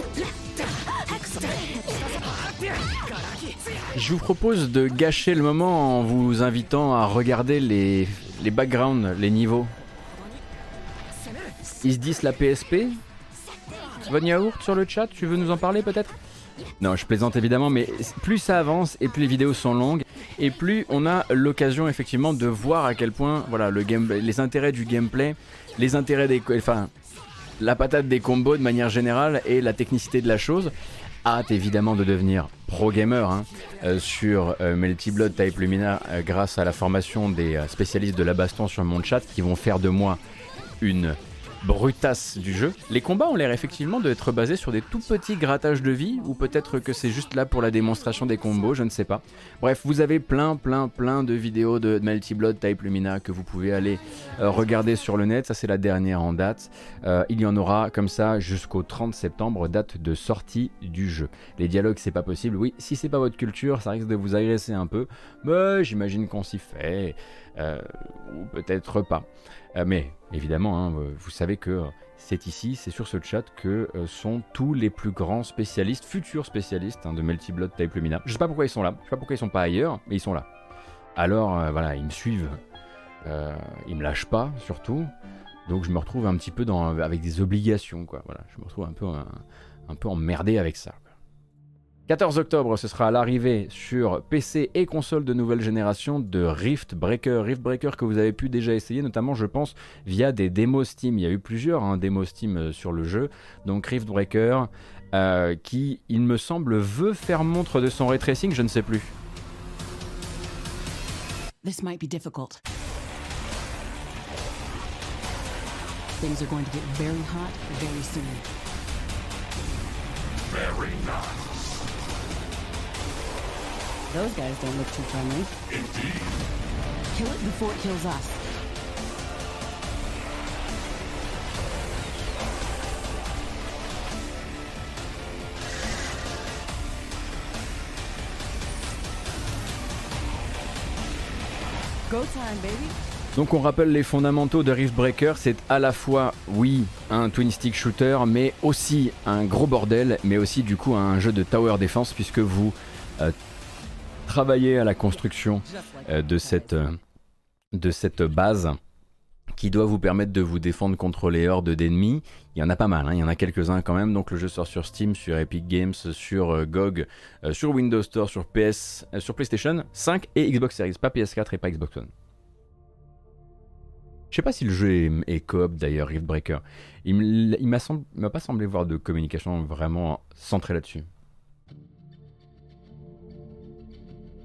S1: Je vous propose de gâcher le moment en vous invitant à regarder les backgrounds, les niveaux. Ils se disent la PSP. Von Yaourt sur le chat, tu veux nous en parler peut-être? Non, je plaisante évidemment, mais plus ça avance et plus les vidéos sont longues et plus on a l'occasion effectivement de voir à quel point voilà, les intérêts du gameplay, les intérêts la patate des combos de manière générale et la technicité de la chose. Hâte évidemment de devenir pro gamer sur Melty Blood Type Lumina grâce à la formation des spécialistes de la baston sur mon chat qui vont faire de moi une brutasse du jeu. Les combats ont l'air effectivement d'être basés sur des tout petits grattages de vie ou peut-être que c'est juste là pour la démonstration des combos, je ne sais pas. Bref, vous avez plein de vidéos de Melty Blood Type Lumina que vous pouvez aller regarder sur le net. Ça c'est la dernière en date. Il y en aura comme ça jusqu'au 30 septembre, date de sortie du jeu. Les dialogues c'est pas possible. Oui, si c'est pas votre culture, ça risque de vous agresser un peu. Mais j'imagine qu'on s'y fait. Ou peut-être pas. Mais évidemment, hein, vous savez que c'est ici, c'est sur ce chat que sont tous les plus grands spécialistes, futurs spécialistes de Melty Blood Type Lumina. Je sais pas pourquoi ils sont là, je sais pas pourquoi ils sont pas ailleurs, mais ils sont là. Alors voilà, ils me suivent, ils me lâchent pas surtout, donc je me retrouve un petit peu avec des obligations quoi. Voilà, je me retrouve un peu emmerdé avec ça. 14 octobre, ce sera l'arrivée sur PC et console de nouvelle génération de Rift Breaker. Rift Breaker que vous avez pu déjà essayer, notamment je pense via des démos Steam. Il y a eu plusieurs démos Steam sur le jeu. Donc Rift Breaker qui, il me semble, veut faire montre de son ray tracing, je ne sais plus.
S10: This might be difficult. Things are going to get very hot very soon. Very nice. Those guys don't look too friendly. Indeed. Kill it before it kills us. Go time, baby.
S1: Donc on rappelle les fondamentaux de Rift Breaker, c'est à la fois, oui, un twin stick shooter, mais aussi un gros bordel, mais aussi du coup un jeu de tower defense puisque vous travailler à la construction de cette base qui doit vous permettre de vous défendre contre les hordes d'ennemis. Il y en a pas mal, hein, il y en a quelques-uns quand même. Donc le jeu sort sur Steam, sur Epic Games, sur GOG, sur Windows Store, sur sur PlayStation 5 et Xbox Series, pas PS4 et pas Xbox One. Je sais pas si le jeu est coop d'ailleurs, Rift Breaker. Il m'a pas semblé voir de communication vraiment centrée là-dessus.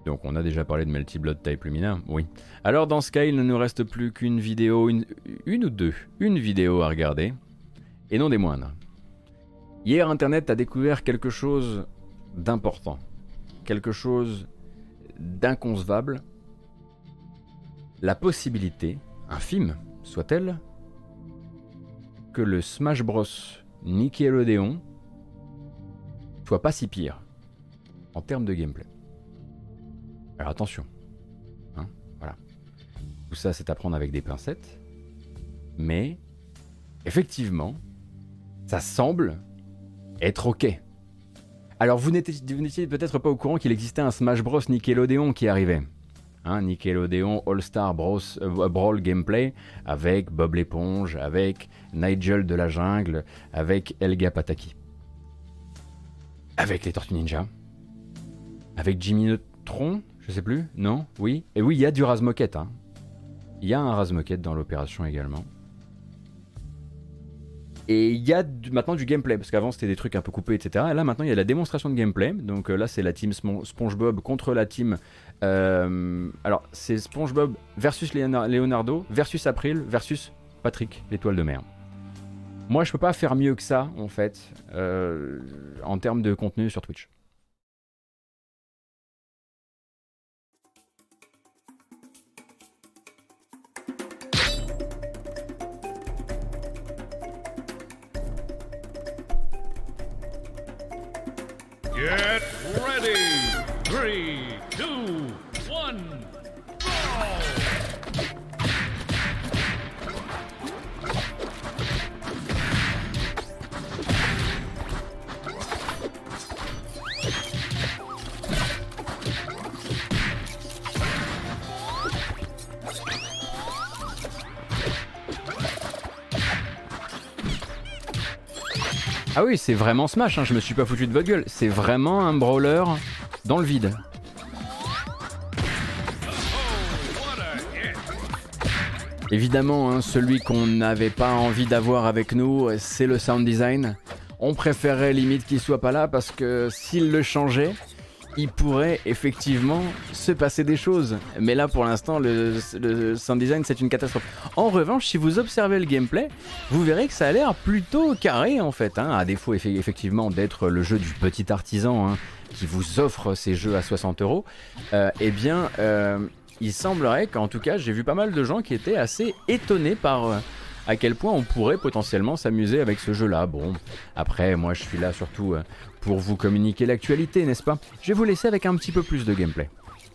S1: Donc on a déjà parlé de Melty Blood Type Lumina, oui. Alors dans ce cas, il ne nous reste plus qu'une vidéo, une ou deux, une vidéo à regarder, et non des moindres. Hier, Internet a découvert quelque chose d'important, quelque chose d'inconcevable, la possibilité, infime soit-elle, que le Smash Bros Nickelodeon soit pas si pire en termes de gameplay. Alors attention, hein, voilà. Tout ça c'est à prendre avec des pincettes, mais effectivement, ça semble être ok. Alors vous n'étiez peut-être pas au courant qu'il existait un Smash Bros Nickelodeon qui arrivait. Hein, Nickelodeon All-Star Brawl Gameplay avec Bob l'éponge, avec Nigel de la jungle, avec Helga Pataki. Avec les Tortues Ninja. Avec Jimmy Neutron, je sais plus, non? Oui. Et oui, il y a du Razmoket. Hein. Il y a un Razmoket dans l'opération également. Et il y a maintenant du gameplay, parce qu'avant c'était des trucs un peu coupés, etc. Et là maintenant il y a la démonstration de gameplay. Donc là c'est la team SpongeBob contre la team... alors c'est SpongeBob versus Leonardo, versus April, versus Patrick, l'étoile de mer. Moi je peux pas faire mieux que ça en fait, en termes de contenu sur Twitch.
S8: Get ready! 3, 2, 1, go!
S1: Ah oui, c'est vraiment Smash, hein, je me suis pas foutu de votre gueule. C'est vraiment un brawler dans le vide. Évidemment, hein, celui qu'on n'avait pas envie d'avoir avec nous, c'est le sound design. On préférait limite qu'il soit pas là parce que s'il le changeait, il pourrait effectivement se passer des choses. Mais là, pour l'instant, le sound design, c'est une catastrophe. En revanche, si vous observez le gameplay, vous verrez que ça a l'air plutôt carré, en fait. Hein, à défaut, effectivement, d'être le jeu du petit artisan hein, qui vous offre ces jeux à 60 €. Eh bien, il semblerait qu'en tout cas, j'ai vu pas mal de gens qui étaient assez étonnés par... à quel point on pourrait potentiellement s'amuser avec ce jeu-là. Bon, après, moi je suis là surtout pour vous communiquer l'actualité, n'est-ce pas? Je vais vous laisser avec un petit peu plus de gameplay.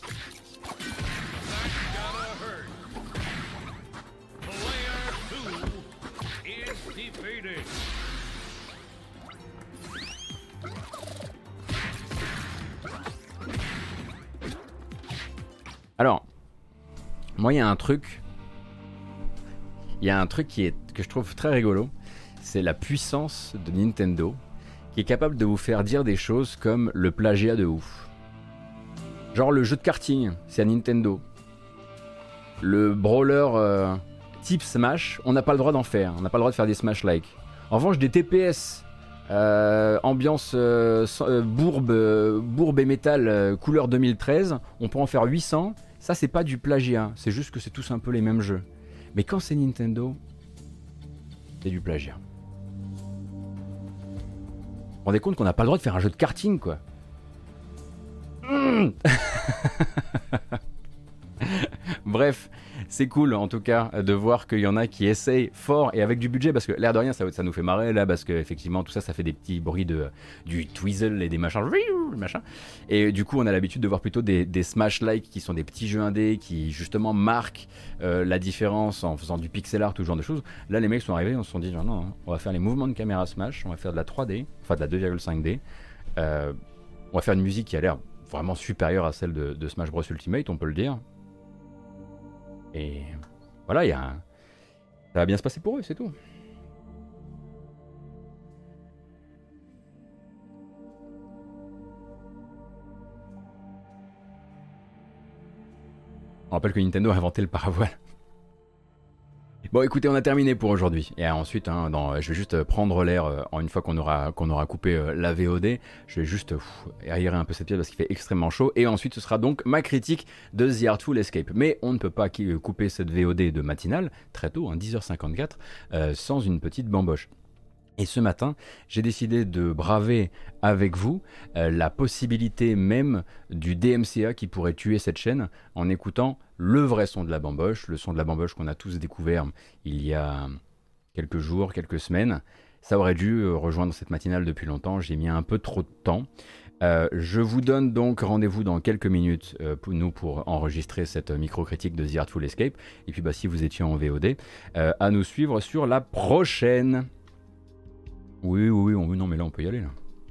S1: Alors, moi il y a un truc... Il y a un truc que je trouve très rigolo, c'est la puissance de Nintendo, qui est capable de vous faire dire des choses comme le plagiat de ouf. Genre le jeu de karting, c'est à Nintendo. Le brawler type Smash, on n'a pas le droit d'en faire, on n'a pas le droit de faire des Smash-like. En revanche, des TPS, ambiance bourbe et métal, couleur 2013, on peut en faire 800, ça c'est pas du plagiat, c'est juste que c'est tous un peu les mêmes jeux. Mais quand c'est Nintendo, c'est du plagiat. Vous vous rendez compte qu'on n'a pas le droit de faire un jeu de karting, quoi. Bref, c'est cool en tout cas de voir qu'il y en a qui essayent fort et avec du budget, parce que l'air de rien ça nous fait marrer là, parce que effectivement tout ça ça fait des petits bruits du Twizzle et des machins, et du coup on a l'habitude de voir plutôt des Smash-like qui sont des petits jeux indés qui justement marquent la différence en faisant du pixel art ou ce genre de choses. Là les mecs sont arrivés, on se sont dit non, non, on va faire les mouvements de caméra Smash, on va faire de la 3D, enfin de la 2,5D, on va faire une musique qui a l'air vraiment supérieure à celle de Smash Bros Ultimate, on peut le dire. Et voilà, ça va bien se passer pour eux, c'est tout. On rappelle que Nintendo a inventé le paravoile. Bon, écoutez, on a terminé pour aujourd'hui. Et ensuite, je vais juste prendre l'air une fois qu'on aura coupé la VOD. Je vais juste aérer un peu cette pièce parce qu'il fait extrêmement chaud. Et ensuite, ce sera donc ma critique de The Artful Escape. Mais on ne peut pas couper cette VOD de matinale, très tôt, 10h54, sans une petite bamboche. Et ce matin, j'ai décidé de braver avec vous la possibilité même du DMCA qui pourrait tuer cette chaîne en écoutant le vrai son de la bamboche, le son de la bamboche qu'on a tous découvert il y a quelques jours, quelques semaines. Ça aurait dû rejoindre cette matinale depuis longtemps, j'ai mis un peu trop de temps. Je vous donne donc rendez-vous dans quelques minutes pour enregistrer cette micro-critique de The Artful Escape. Et puis si vous étiez en VOD, à nous suivre sur la prochaine. Oui, non mais là on peut y aller là.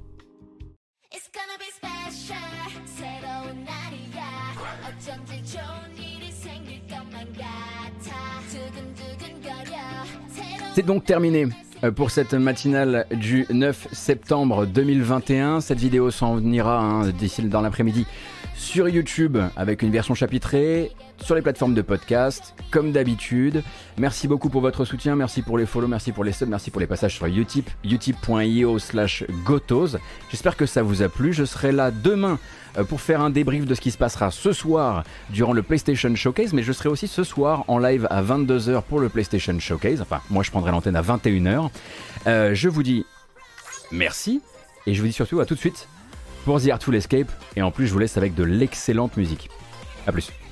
S1: C'est donc terminé pour cette matinale du 9 septembre 2021. Cette vidéo s'en ira d'ici dans l'après-midi sur YouTube avec une version chapitrée, sur les plateformes de podcast, comme d'habitude. Merci beaucoup pour votre soutien, merci pour les follow, merci pour les subs, merci pour les passages sur Utip, utip.io/gotos. J'espère que ça vous a plu. Je serai là demain pour faire un débrief de ce qui se passera ce soir durant le PlayStation Showcase, mais je serai aussi ce soir en live à 22h pour le PlayStation Showcase. Enfin, moi je prendrai l'antenne à 21h. Je vous dis merci et je vous dis surtout à tout de suite pour The Artful Escape, et en plus je vous laisse avec de l'excellente musique. A plus.